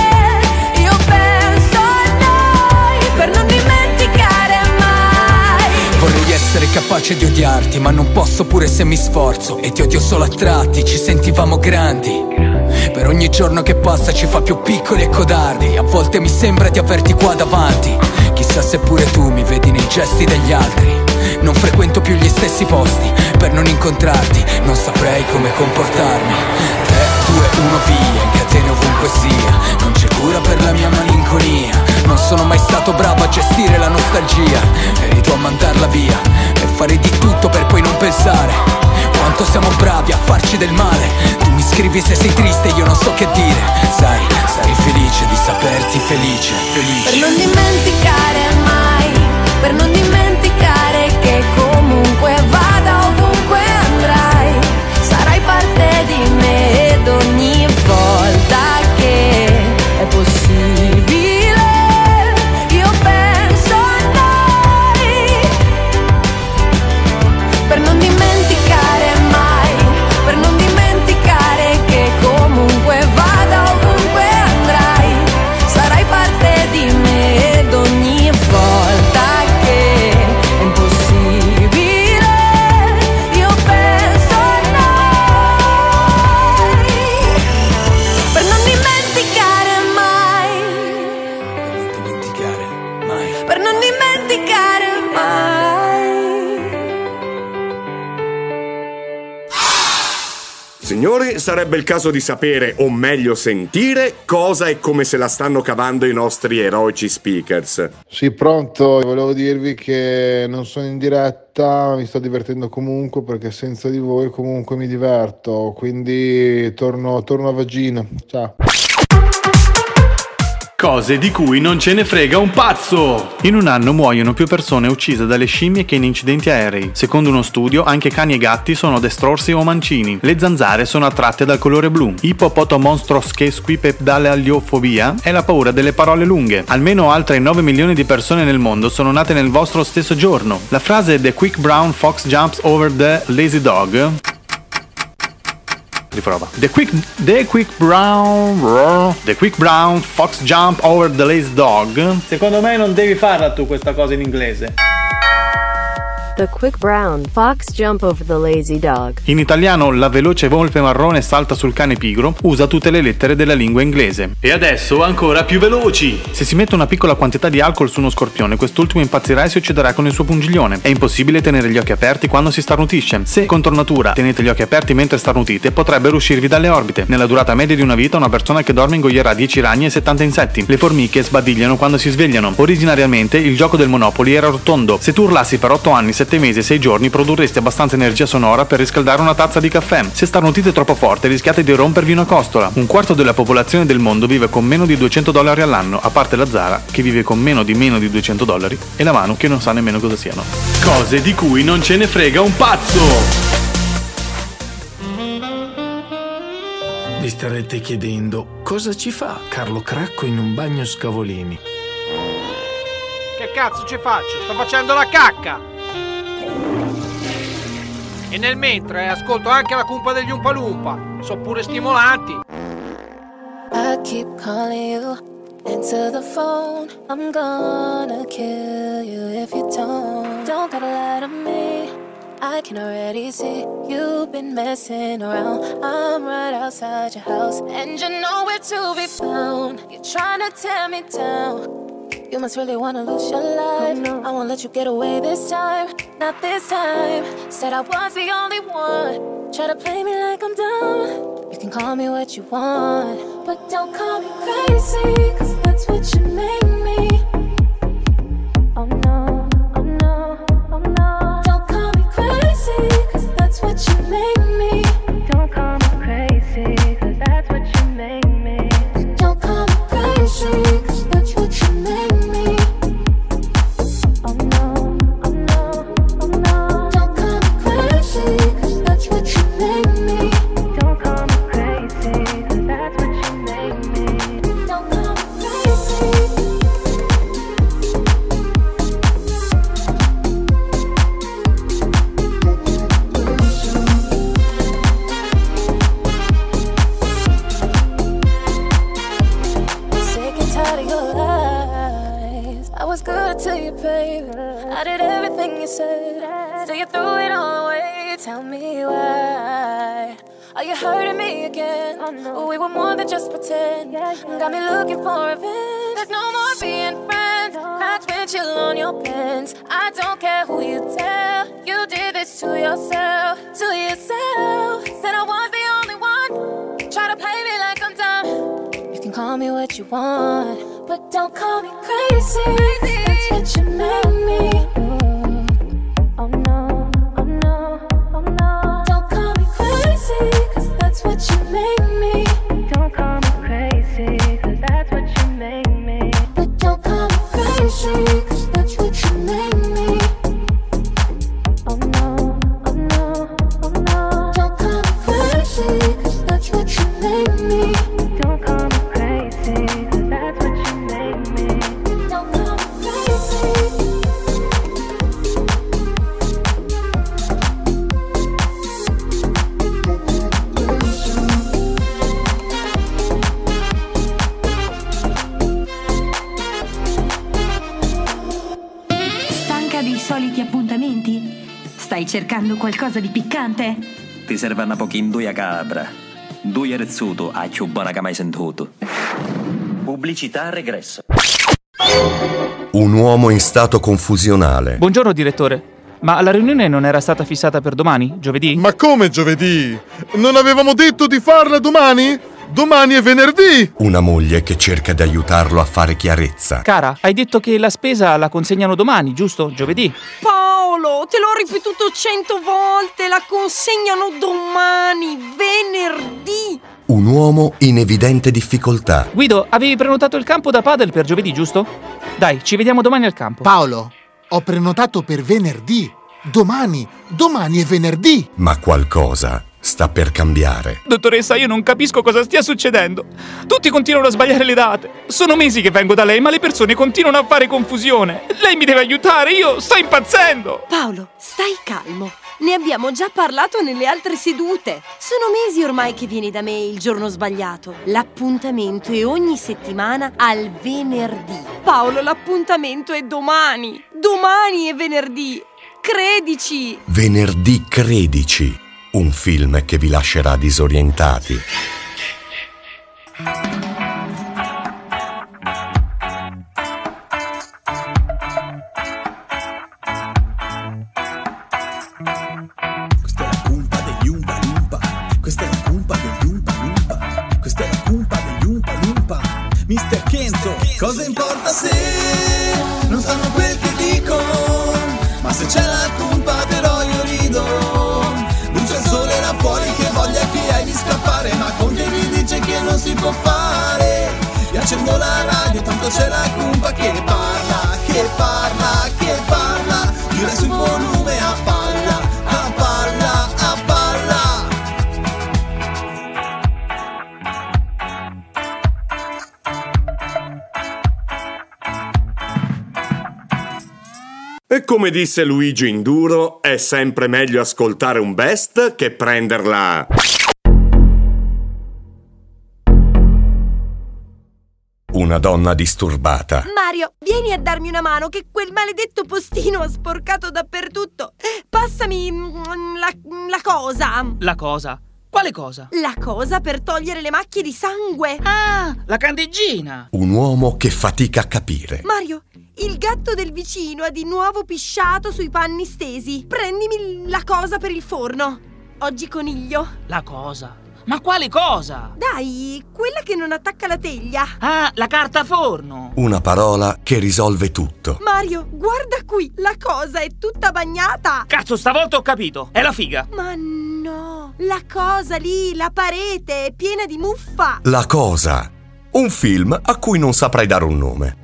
io penso a noi, per non dimenticare mai. Vorrei essere capace di odiarti, ma non posso pure se mi sforzo. E ti odio solo a tratti, ci sentivamo grandi. Per ogni giorno che passa ci fa più piccoli e codardi. A volte mi sembra di averti qua davanti. Chissà se pure tu mi vedi nei gesti degli altri. Non frequento più gli stessi posti per non incontrarti, non saprei come comportarmi. 3, 2, 1 via, in catene ovunque sia. Non c'è cura per la mia malinconia. Non sono mai stato bravo a gestire la nostalgia. Eri tu a mandarla via e fare di tutto per poi non pensare quanto siamo bravi a farci del male. Tu mi scrivi se sei triste, io non so che dire. Sai, sarei felice di saperti felice, felice. Per non dimenticare mai, per non dimenticare che comunque vada, ovunque andrai, sarai parte di me ed ogni volta che è possibile io penso a noi. Per non dimenticare mai, per non dimenticare che comunque vada, ovunque andrai, sarai parte di me ed ogni volta che è impossibile io penso a noi. Per non dimenticare mai, per non dimenticare mai. Signori, sarebbe il caso di sapere, o meglio sentire, cosa e come se la stanno cavando i nostri eroici speakers. Sì, pronto, volevo dirvi che non sono in diretta, ma mi sto divertendo comunque, perché senza di voi comunque mi diverto, quindi torno a vagina. Ciao. Cose di cui non ce ne frega un pazzo! In un anno muoiono più persone uccise dalle scimmie che in incidenti aerei. Secondo uno studio, anche cani e gatti sono destrorsi o mancini. Le zanzare sono attratte dal colore blu. Ipopotomonstrosquisquipedalealiofobia è la paura delle parole lunghe. Almeno altre 9 milioni di persone nel mondo sono nate nel vostro stesso giorno. La frase "The quick brown fox jumps over the lazy dog" riprova. The quick brown fox jump over the lazy dog. Secondo me non devi farla tu questa cosa in inglese. The quick brown fox jump over the lazy dog. In italiano, la veloce volpe marrone salta sul cane pigro usa tutte le lettere della lingua inglese. E adesso ancora più veloci! Se si mette una piccola quantità di alcol su uno scorpione, quest'ultimo impazzirà e si ucciderà con il suo pungiglione. È impossibile tenere gli occhi aperti quando si starnutisce. Se, contro natura, tenete gli occhi aperti mentre starnutite, potrebbero uscirvi dalle orbite. Nella durata media di una vita, una persona che dorme ingoierà 10 ragni e 70 insetti. Le formiche sbadigliano quando si svegliano. Originariamente, il gioco del Monopoli era rotondo. Se tu urlassi per 8 anni, 7 mesi e 6 giorni, produrresti abbastanza energia sonora per riscaldare una tazza di caffè. Se starnutite troppo forte, rischiate di rompervi una costola. Un quarto della popolazione del mondo vive con meno di $200 all'anno, a parte la Zara, che vive con meno di $200, e la Manu, che non sa nemmeno cosa siano. Cose di cui non ce ne frega un pazzo! Vi starete chiedendo cosa ci fa Carlo Cracco in un bagno scavolini. Che cazzo ci faccio? Sto facendo la cacca! E nel mentre ascolto anche la cumpa degli Oompa Loompa. Sono pure stimolanti. I keep calling you into the phone. I'm gonna kill you if you don't. Don't gotta lie to me. I can already see you've been messing around. I'm right outside your house, and you know where to be found. You're trying to tear me down. You must really wanna lose your life. I won't let you get away this time. Not this time. Said I was the only one. Try to play me like I'm dumb. You can call me what you want, but don't call me crazy, cause that's what you make me. Oh no, oh no, oh no. Don't call me crazy, cause that's what you make me. Don't call me crazy, cause that's what you make me. Don't call me crazy, cause that's what you make me. Oh no, oh no, oh no. Don't call me crazy, cause that's what you make me. Don't call me crazy, cause that's what you make me. Don't call me crazy. Sick and tired of your lies. I was good to you, babe. I did everything you said. Still you threw it all away. Tell me why. Are you hurting me again? We were more than just pretend. Got me looking for revenge. There's no more being friends. Cracked windshield on your pants. I don't care who you tell. You did this to yourself. To yourself. Said I was the only one. Try to play me like I'm dumb. You can call me what you want, but don't call me crazy. That's what you made me. Oh no, oh no, oh no. Don't call me crazy, cause that's what you made me. Don't call me crazy, cause that's what you made me. But don't call me crazy, cause that's what you made me. Oh no, oh no, oh no. Don't call me crazy, cause that's what you made me. Don't call me crazy, cause that's what you made me. Don't call me crazy. Stanca dei soliti appuntamenti? Stai cercando qualcosa di piccante? Ti serve una pochino due capra. Due rezzuto a più buona che mai sentito. Pubblicità regresso. Un uomo in stato confusionale. Buongiorno direttore, ma la riunione non era stata fissata per domani, giovedì? Ma come giovedì? Non avevamo detto di farla domani? Domani è venerdì! Una moglie che cerca di aiutarlo a fare chiarezza. Cara, hai detto che la spesa la consegnano domani, giusto? Giovedì? Paolo, te l'ho ripetuto 100 volte, la consegnano domani, venerdì. Un uomo in evidente difficoltà. Guido, avevi prenotato il campo da padel per giovedì, giusto? Dai, ci vediamo domani al campo. Paolo, ho prenotato per venerdì. Domani è venerdì. Ma qualcosa sta per cambiare. Dottoressa, io non capisco cosa stia succedendo. Tutti continuano a sbagliare le date. Sono mesi che vengo da lei, ma le persone continuano a fare confusione. Lei mi deve aiutare, io sto impazzendo. Paolo, stai calmo. Ne abbiamo già parlato nelle altre sedute. Sono mesi ormai che vieni da me il giorno sbagliato. L'appuntamento è ogni settimana al venerdì. Paolo, l'appuntamento è domani. Domani è venerdì. Credici. Venerdì 13. Un film che vi lascerà disorientati. Questa è la cumpa degli Umpa Lumpa. Questa è la cumpa degli Umpa Lumpa. Questa è la cumpa degli Umpa Lumpa. Mr. Kenzo, cosa importa se non sanno quel che dico? Ma se c'è la cumpa però io rido. Luce il sole là fuori, che voglia che hai di scappare, ma con che mi dice che non si può fare? E accendo la radio, tanto c'è la cumpa che parla, che parla, che parla. Tira sul volume a palla, a palla, a palla. E come disse Luigi Induro, è sempre meglio ascoltare un best che prenderla. Una donna disturbata. Mario, vieni a darmi una mano che quel maledetto postino ha sporcato dappertutto. Passami la cosa. La cosa? Quale cosa? La cosa per togliere le macchie di sangue. Ah, la candeggina. Un uomo che fatica a capire. Mario, il gatto del vicino ha di nuovo pisciato sui panni stesi. Prendimi la cosa per il forno. Oggi coniglio. La cosa? Ma quale cosa? Dai, quella che non attacca la teglia. Ah, la carta forno. Una parola che risolve tutto. Mario, guarda qui, la cosa è tutta bagnata. Cazzo, stavolta ho capito, è la figa. Ma no, la cosa lì, la parete, è piena di muffa. La cosa. Un film a cui non saprei dare un nome.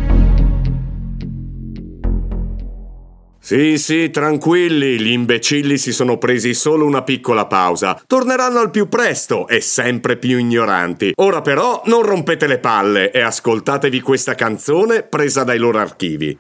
Sì, tranquilli, gli imbecilli si sono presi solo una piccola pausa. Torneranno al più presto e sempre più ignoranti. Ora però non rompete le palle e ascoltatevi questa canzone presa dai loro archivi.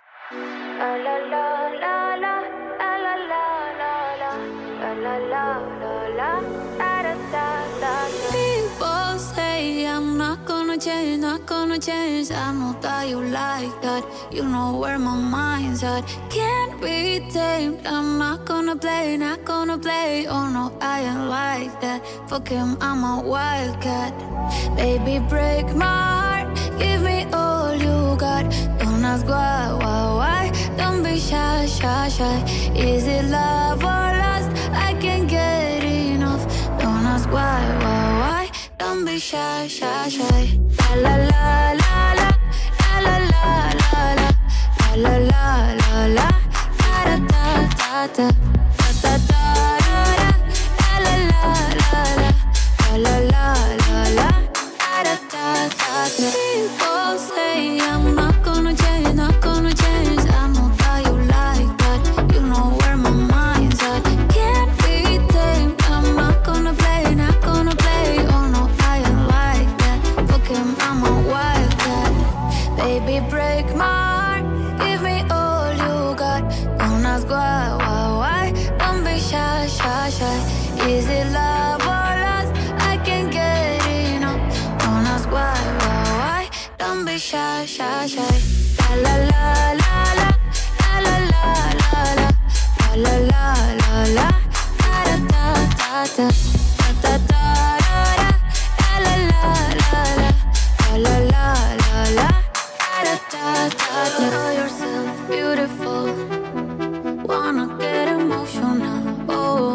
People say I'm not gonna change. I know that you like that. You know where my mind's at. Can't be tamed. I'm not gonna play. Oh no, I ain't like that. Fuck him, I'm a wildcat. Baby, break my heart. Give me all you got. Don't ask why. Don't be shy. Is it love or lust? I can't get enough. Don't ask why. Don't be shy. La la la la, la la la la la, la la la la, da da da da, da da da, la la la la, la la la la, da da da da. People say I'm not gonna change. I know that you like that. You know where my mind's at. Can't be tamed. I'm not gonna play. Oh no, I ain't like that. Fuck him, I'm a wildcat. Baby, break my heart. Give me all you got. Don't ask why. Don't be shy. Is it love or lust? I can't get enough. Don't ask why. Don't be shy. La la la la, la la la la la, la la la la, da da da da, da da da, la la la la, la la la la, da da da da. Know yourself beautiful. Wanna get emotional. Oh,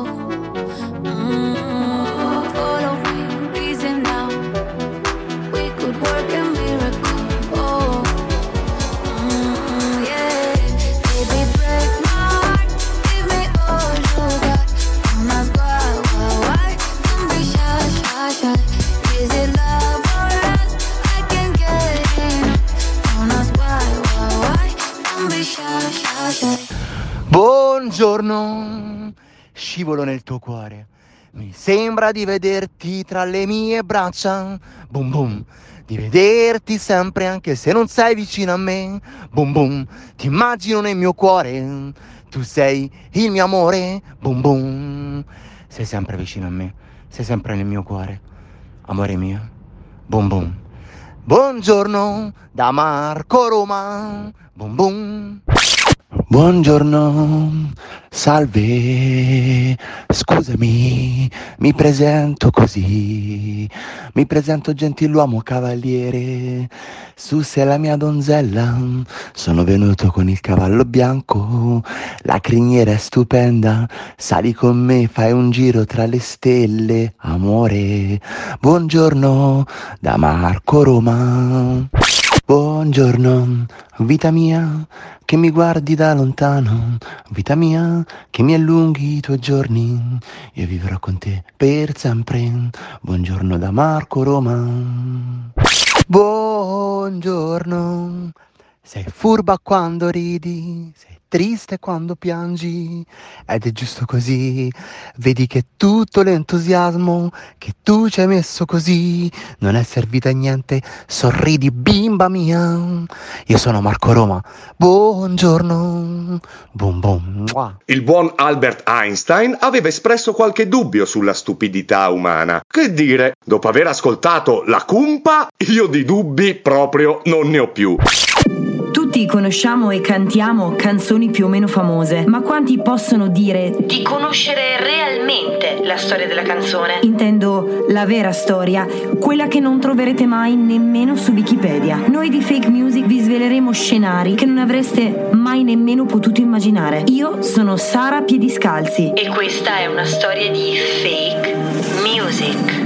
follow me, reason now. We could work a miracle. Oh, yeah. Baby, break my heart. Give me all you got. Don't ask why. Don't be shy. Is it love or lust? I can't get enough. Don't ask why. Don't be shy. Buongiorno, scivolo nel tuo cuore. Mi sembra di vederti tra le mie braccia. Boom boom. Di vederti sempre anche se non sei vicino a me. Boom boom. Ti immagino nel mio cuore. Tu sei il mio amore. Boom boom. Sei sempre vicino a me. Sei sempre nel mio cuore. Amore mio. Boom boom. Buongiorno da Marco Roma. Boom boom. Buongiorno, salve, scusami, mi presento così, mi presento gentiluomo cavaliere, su sei la mia donzella, sono venuto con il cavallo bianco, la criniera è stupenda, sali con me, fai un giro tra le stelle, amore, buongiorno da Marco Roma. Buongiorno, vita mia, che mi guardi da lontano, vita mia, che mi allunghi i tuoi giorni, io vivrò con te per sempre. Buongiorno da Marco Roma. Buongiorno, sei furba quando ridi, sei triste quando piangi, ed è giusto così, vedi che tutto l'entusiasmo che tu ci hai messo così non è servito a niente, sorridi bimba mia, io sono Marco Roma, buongiorno, boom boom. Mua. Il buon Albert Einstein aveva espresso qualche dubbio sulla stupidità umana. Che dire, dopo aver ascoltato La Cumpa, io di dubbi proprio non ne ho più. Tutti conosciamo e cantiamo canzoni più o meno famose, ma quanti possono dire di conoscere realmente la storia della canzone? Intendo la vera storia, quella che non troverete mai nemmeno su Wikipedia. Noi di Fake Music vi sveleremo scenari che non avreste mai nemmeno potuto immaginare. Io sono Sara Piediscalzi e questa è una storia di Fake Music.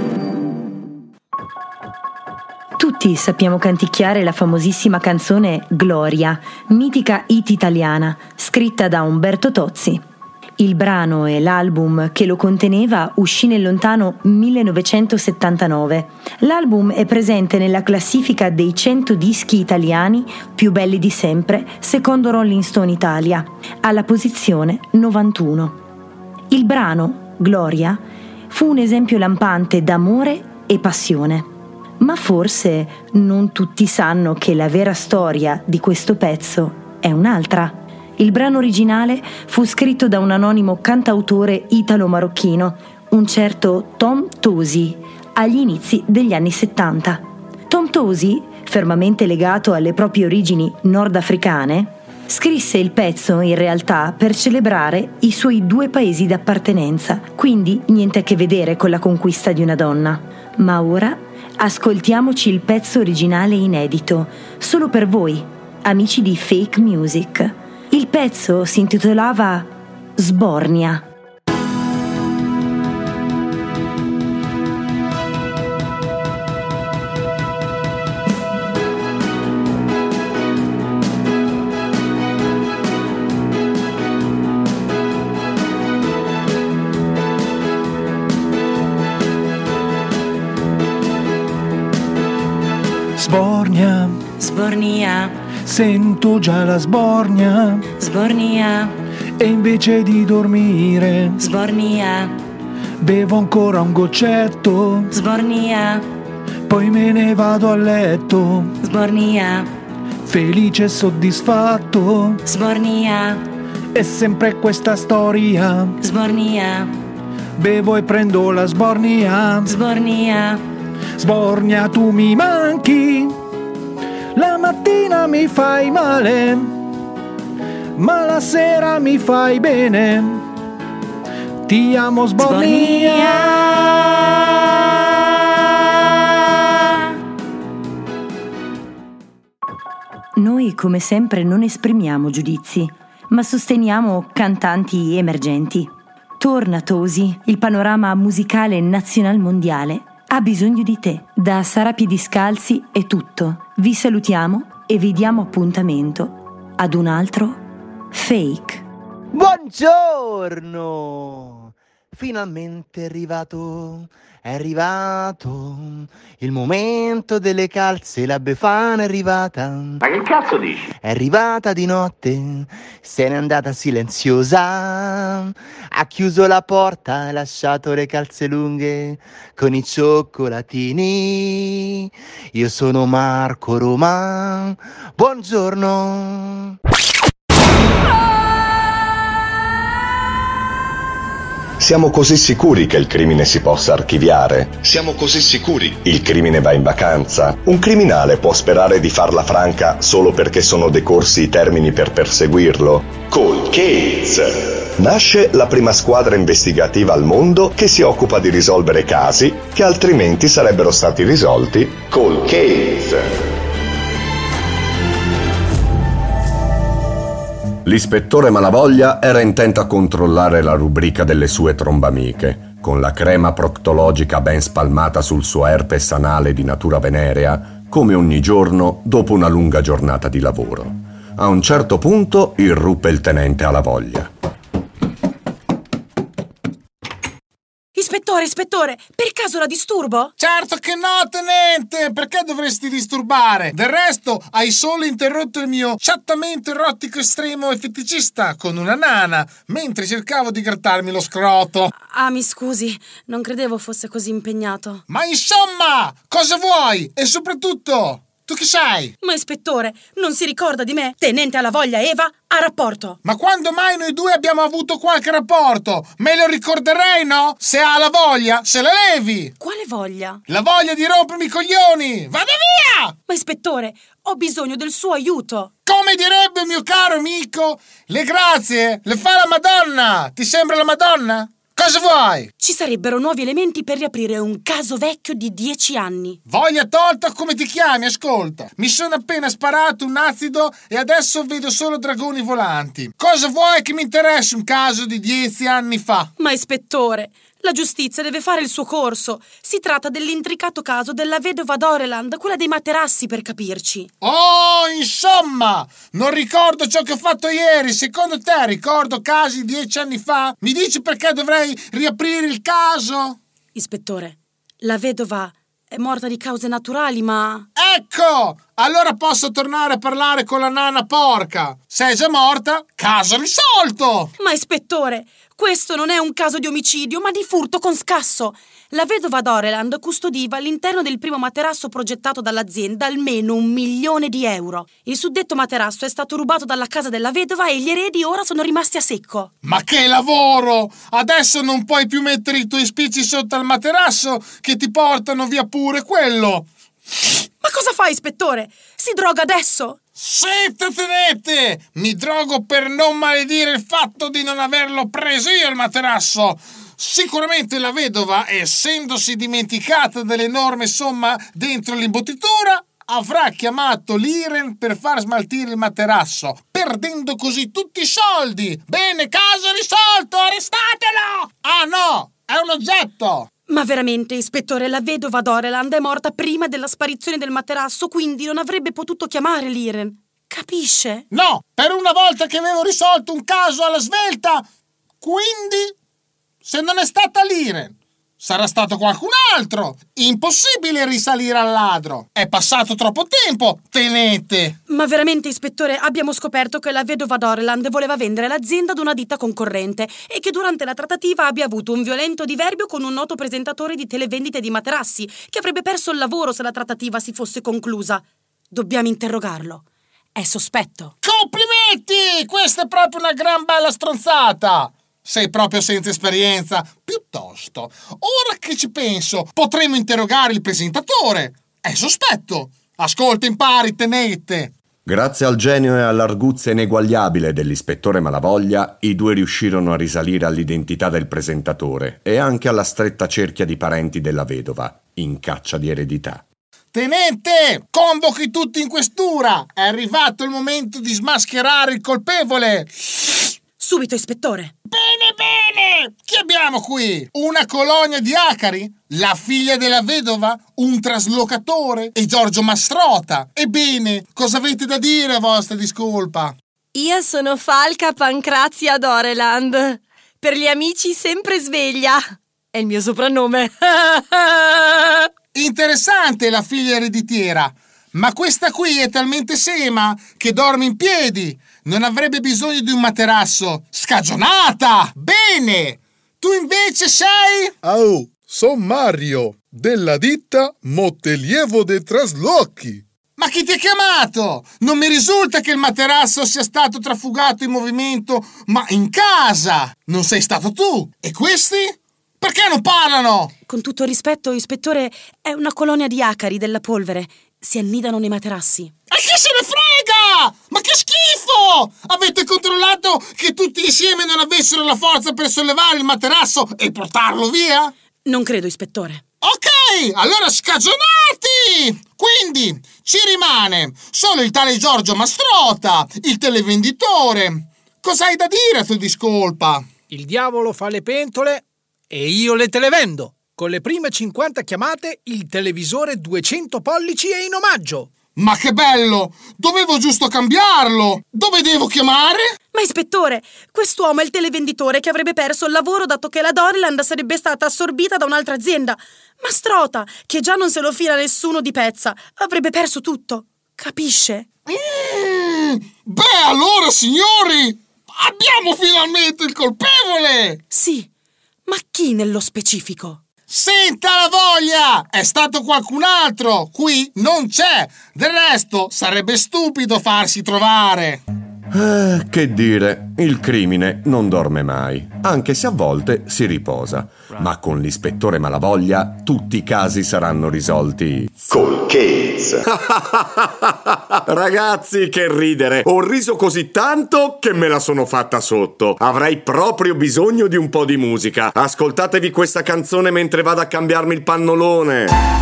Tutti sappiamo canticchiare la famosissima canzone Gloria, mitica hit italiana, scritta da Umberto Tozzi. Il brano e l'album che lo conteneva uscì nel lontano 1979. L'album è presente nella classifica dei 100 dischi italiani più belli di sempre, secondo Rolling Stone Italia, alla posizione 91. Il brano, Gloria, fu un esempio lampante d'amore e passione. Ma forse non tutti sanno che la vera storia di questo pezzo è un'altra. Il brano originale fu scritto da un anonimo cantautore italo-marocchino, un certo Tom Tosi, agli inizi degli anni 70. Tom Tosi, fermamente legato alle proprie origini nordafricane, scrisse il pezzo in realtà per celebrare i suoi 2 paesi d'appartenenza, quindi niente a che vedere con la conquista di una donna. Ma ora ascoltiamoci il pezzo originale inedito, solo per voi, amici di Fake Music. Il pezzo si intitolava Sbornia. Sbornia, Sbornia, sento già la sbornia. Sbornia, E invece di dormire, Sbornia, bevo ancora un goccetto. Sbornia, Poi me ne vado a letto, Sbornia, felice e soddisfatto. Sbornia, È sempre questa storia. Sbornia, Bevo e prendo la sbornia. Sbornia, Sbornia, tu mi manchi, la mattina mi fai male, ma la sera mi fai bene. Ti amo sbornia. Noi come sempre non esprimiamo giudizi, ma sosteniamo cantanti emergenti. Torna Tosi, il panorama musicale nazional mondiale ha bisogno di te. Da Sara Piediscalzi è tutto. Vi salutiamo e vi diamo appuntamento ad un altro Fake. Buongiorno! Finalmente è arrivato il momento delle calze, la Befana è arrivata. Ma che cazzo dici? È arrivata di notte, se n'è andata silenziosa, ha chiuso la porta e lasciato le calze lunghe con i cioccolatini. Io sono Marco Roma, buongiorno. Siamo così sicuri che il crimine si possa archiviare? Siamo così sicuri? Il crimine va in vacanza? Un criminale può sperare di farla franca solo perché sono decorsi i termini per perseguirlo? Cold Case! Nasce la prima squadra investigativa al mondo che si occupa di risolvere casi che altrimenti sarebbero stati risolti. Cold Case! L'ispettore Malavoglia era intento a controllare la rubrica delle sue trombamiche. Con la crema proctologica ben spalmata sul suo herpes anale di natura venerea, come ogni giorno dopo una lunga giornata di lavoro. A un certo punto irruppe il tenente Malavoglia. Ispettore, per caso la disturbo? Certo che no, tenente! Perché dovresti disturbare? Del resto, hai solo interrotto il mio chattamento erotico estremo e feticista con una nana, mentre cercavo di grattarmi lo scroto. Ah, mi scusi, non credevo fosse così impegnato. Ma insomma, cosa vuoi? E soprattutto, Tu chi sei? Ma ispettore, non si ricorda di me? Tenente alla voglia Eva, a rapporto. Ma quando mai noi due abbiamo avuto qualche rapporto? Me lo ricorderei, no? Se ha la voglia, se la levi! Quale voglia? La voglia di rompermi i coglioni! Vada via! Ma ispettore, ho bisogno del suo aiuto. Come direbbe il mio caro amico, le grazie le fa la Madonna! Ti sembra la Madonna? Cosa vuoi? Ci sarebbero nuovi elementi per riaprire un caso vecchio di 10 anni. Voglia tolta, come ti chiami? Ascolta. Mi sono appena sparato un acido e adesso vedo solo dragoni volanti. Cosa vuoi che mi interessi un caso di 10 anni fa? Ma ispettore, la giustizia deve fare il suo corso. Si tratta dell'intricato caso della vedova Doreland, quella dei materassi, per capirci. Oh, insomma, non ricordo ciò che ho fatto ieri. Secondo te ricordo casi 10 anni fa? Mi dici perché dovrei riaprire il caso? Ispettore, la vedova è morta di cause naturali, ma... Ecco! Allora posso tornare a parlare con la nana porca. Se è già morta, caso risolto! Ma ispettore, questo non è un caso di omicidio, ma di furto con scasso. La vedova Doreland custodiva all'interno del primo materasso progettato dall'azienda almeno 1 milione di euro. Il suddetto materasso è stato rubato dalla casa della vedova e gli eredi ora sono rimasti a secco. Ma che lavoro! Adesso non puoi più mettere i tuoi spicci sotto al materasso che ti portano via pure quello! Ma cosa fa, ispettore? Si droga adesso? Senta, tenente! Mi drogo per non maledire il fatto di non averlo preso io il materasso! Sicuramente la vedova, essendosi dimenticata dell'enorme somma dentro l'imbottitura, avrà chiamato l'Iren per far smaltire il materasso, perdendo così tutti i soldi! Bene, caso risolto! Arrestatelo! Ah no! È un oggetto! Ma veramente, ispettore, la vedova Doreland è morta prima della sparizione del materasso, quindi non avrebbe potuto chiamare l'Iren. Capisce? No, per una volta che avevo risolto un caso alla svelta. Quindi, se non è stata l'Iren, sarà stato qualcun altro. Impossibile risalire al ladro. È passato troppo tempo, tenente. Ma veramente, ispettore, abbiamo scoperto che la vedova Doreland voleva vendere l'azienda ad una ditta concorrente e che durante la trattativa abbia avuto un violento diverbio con un noto presentatore di televendite di materassi che avrebbe perso il lavoro se la trattativa si fosse conclusa. Dobbiamo interrogarlo. È sospetto. Complimenti! Questa è proprio una gran bella stronzata. Sei proprio senza esperienza. Piuttosto, ora che ci penso, potremmo interrogare il presentatore. È sospetto. Ascolta, impari, tenente. Grazie al genio e all'arguzia ineguagliabile dell'ispettore Malavoglia, i due riuscirono a risalire all'identità del presentatore e anche alla stretta cerchia di parenti della vedova, in caccia di eredità. Tenente, convochi tutti in questura. È arrivato il momento di smascherare il colpevole. Subito, ispettore. Bene, bene! Chi abbiamo qui? Una colonia di acari? La figlia della vedova? Un traslocatore? E Giorgio Mastrota? Ebbene, cosa avete da dire a vostra discolpa? Io sono Falca Pancrazia Doreland. Per gli amici sempre sveglia. È il mio soprannome. Interessante la figlia ereditiera. Ma questa qui è talmente sema che dorme in piedi. Non avrebbe bisogno di un materasso. Scagionata! Bene! Tu invece sei... Oh, son Mario, della ditta Mottellievo dei Traslochi. Ma chi ti ha chiamato? Non mi risulta che il materasso sia stato trafugato in movimento, ma in casa. Non sei stato tu. E questi? Perché non parlano? Con tutto il rispetto, ispettore, è una colonia di acari della polvere. Si annidano nei materassi. E chi se ne frega? Ma che schifo! Avete controllato che tutti insieme non avessero la forza per sollevare il materasso e portarlo via? Non credo, ispettore. Ok, allora scagionati! Quindi ci rimane solo il tale Giorgio Mastrota, il televenditore. Cos'hai da dire a tua discolpa? Il diavolo fa le pentole e io le televendo. Con le prime 50 chiamate il televisore 200 pollici è in omaggio. Ma che bello! Dovevo giusto cambiarlo! Dove devo chiamare? Ma ispettore, quest'uomo è il televenditore che avrebbe perso il lavoro dato che la Doreland sarebbe stata assorbita da un'altra azienda. Mastrota, che già non se lo fila nessuno di pezza, avrebbe perso tutto. Capisce? Beh, allora, signori, abbiamo finalmente il colpevole! Sì, ma chi nello specifico? Senta la voglia! È stato qualcun altro! Qui non c'è! Del resto, sarebbe stupido farsi trovare! Che dire, il crimine non dorme mai, anche se a volte si riposa. Ma con l'ispettore Malavoglia tutti i casi saranno risolti Cold Case. Ragazzi, che ridere! Ho riso così tanto che me la sono fatta sotto. Avrei proprio bisogno di un po' di musica. Ascoltatevi questa canzone mentre vado a cambiarmi il pannolone.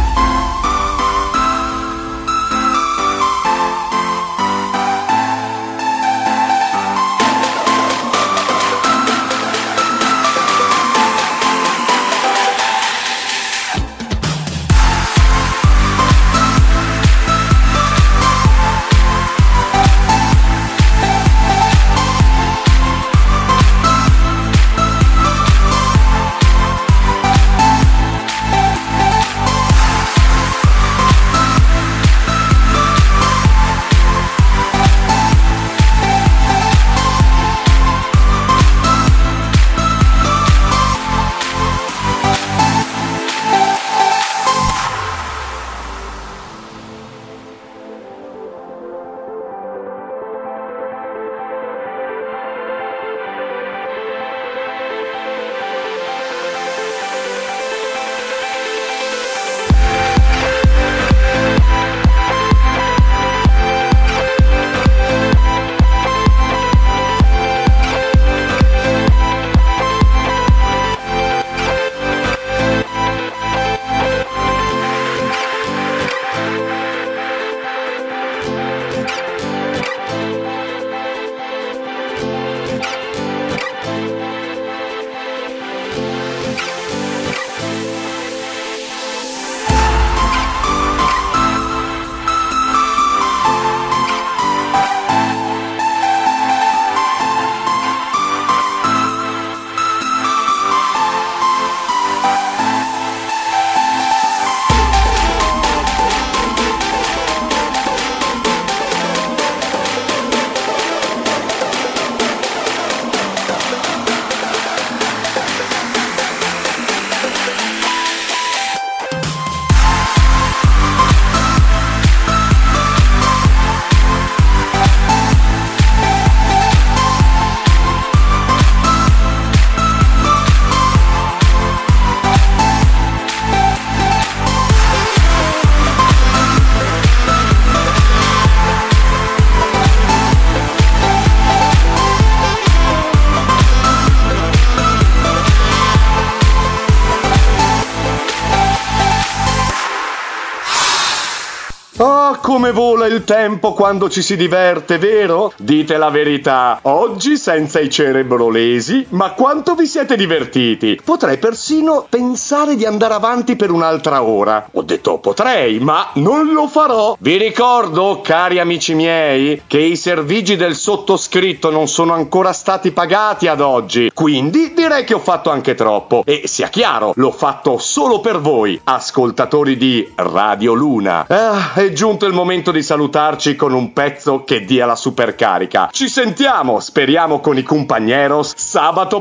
Ah, come vola il tempo quando ci si diverte, vero? Dite la verità, oggi senza i cerebrolesi, ma quanto vi siete divertiti? Potrei persino pensare di andare avanti per un'altra ora. Ho detto potrei, ma non lo farò. Vi ricordo, cari amici miei, che i servigi del sottoscritto non sono ancora stati pagati ad oggi, quindi direi che ho fatto anche troppo. E sia chiaro, l'ho fatto solo per voi, ascoltatori di Radio Luna. È giunto il momento di salutarci con un pezzo che dia la supercarica. Ci sentiamo, speriamo con i Compañeros, sabato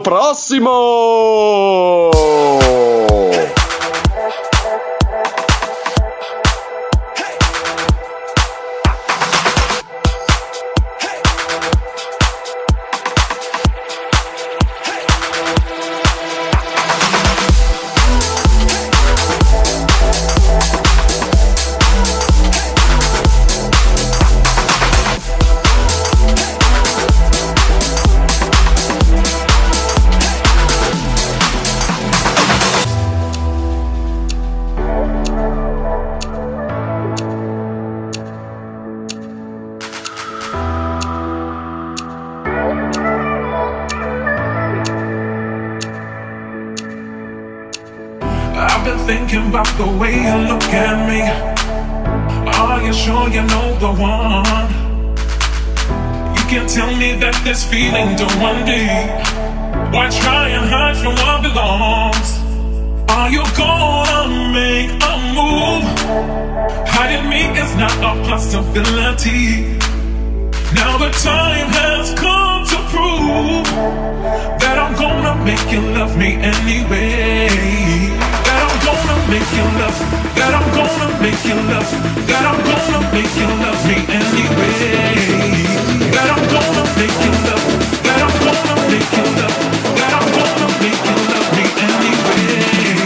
prossimo! Thinking about the way you look at me. Are you sure you know the one? You can't tell me that this feeling don't run deep. Why try and hide from what belongs? Are you gonna make a move? Hiding me is not a possibility. Now the time has come to prove that I'm gonna make you love me anyway. That I'm make you love, that I'm gonna make you love, that I'm gonna make you love me anyway. That I'm gonna make you love, that I'm gonna make you love, that I'm gonna make you love me anyway.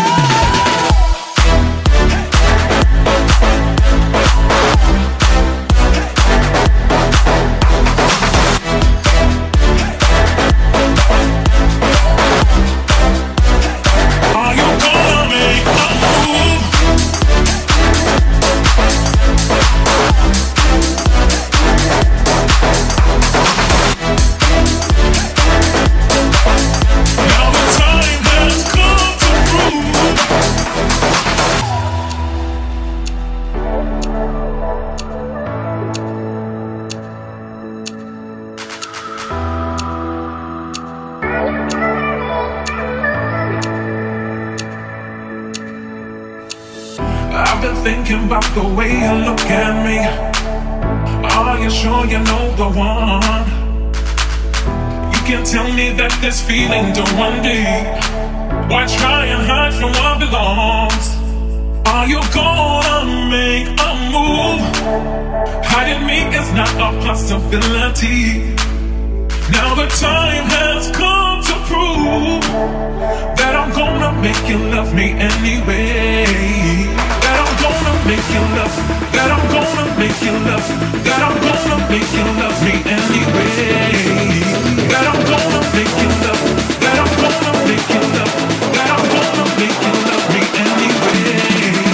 Thinking about the way you look at me. Are you sure you know the one? You can tell me that this feeling don't run deep. Why try and hide from what belongs? Are you gonna make a move? Hiding me is not a possibility. Now the time has come to prove that I'm gonna make you love me anyway. That I'm gonna make you love, that I'm gonna make you love, that I'm gonna make you love me anyway. That I'm gonna make you love, that I'm gonna make you love, that I'm gonna make you love me anyway.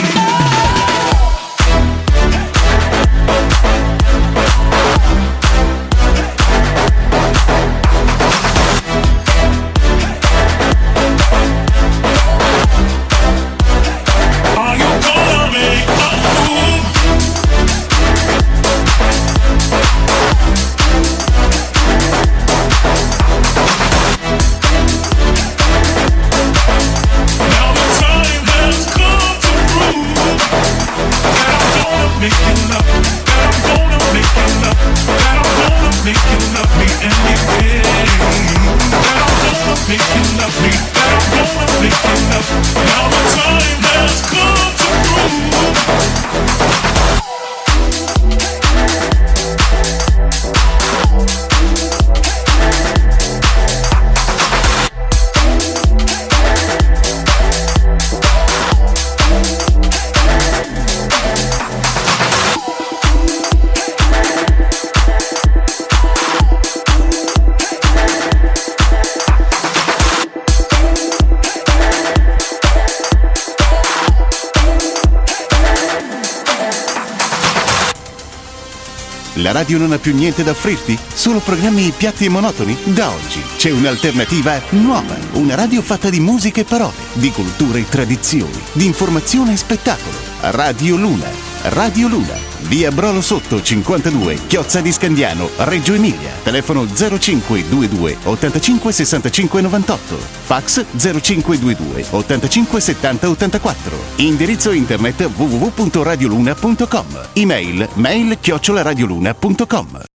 La radio non ha più niente da offrirti? Solo programmi piatti e monotoni? Da oggi c'è un'alternativa nuova. Una radio fatta di musica e parole, di cultura e tradizioni, di informazione e spettacolo. Radio Luna. Radio Luna. Via Brolo Sotto 52, Chiozza di Scandiano, Reggio Emilia. Telefono 0522 85 65 98. Fax 0522 85 70 84. Indirizzo internet www.radioluna.com. Email mail@radioluna.com.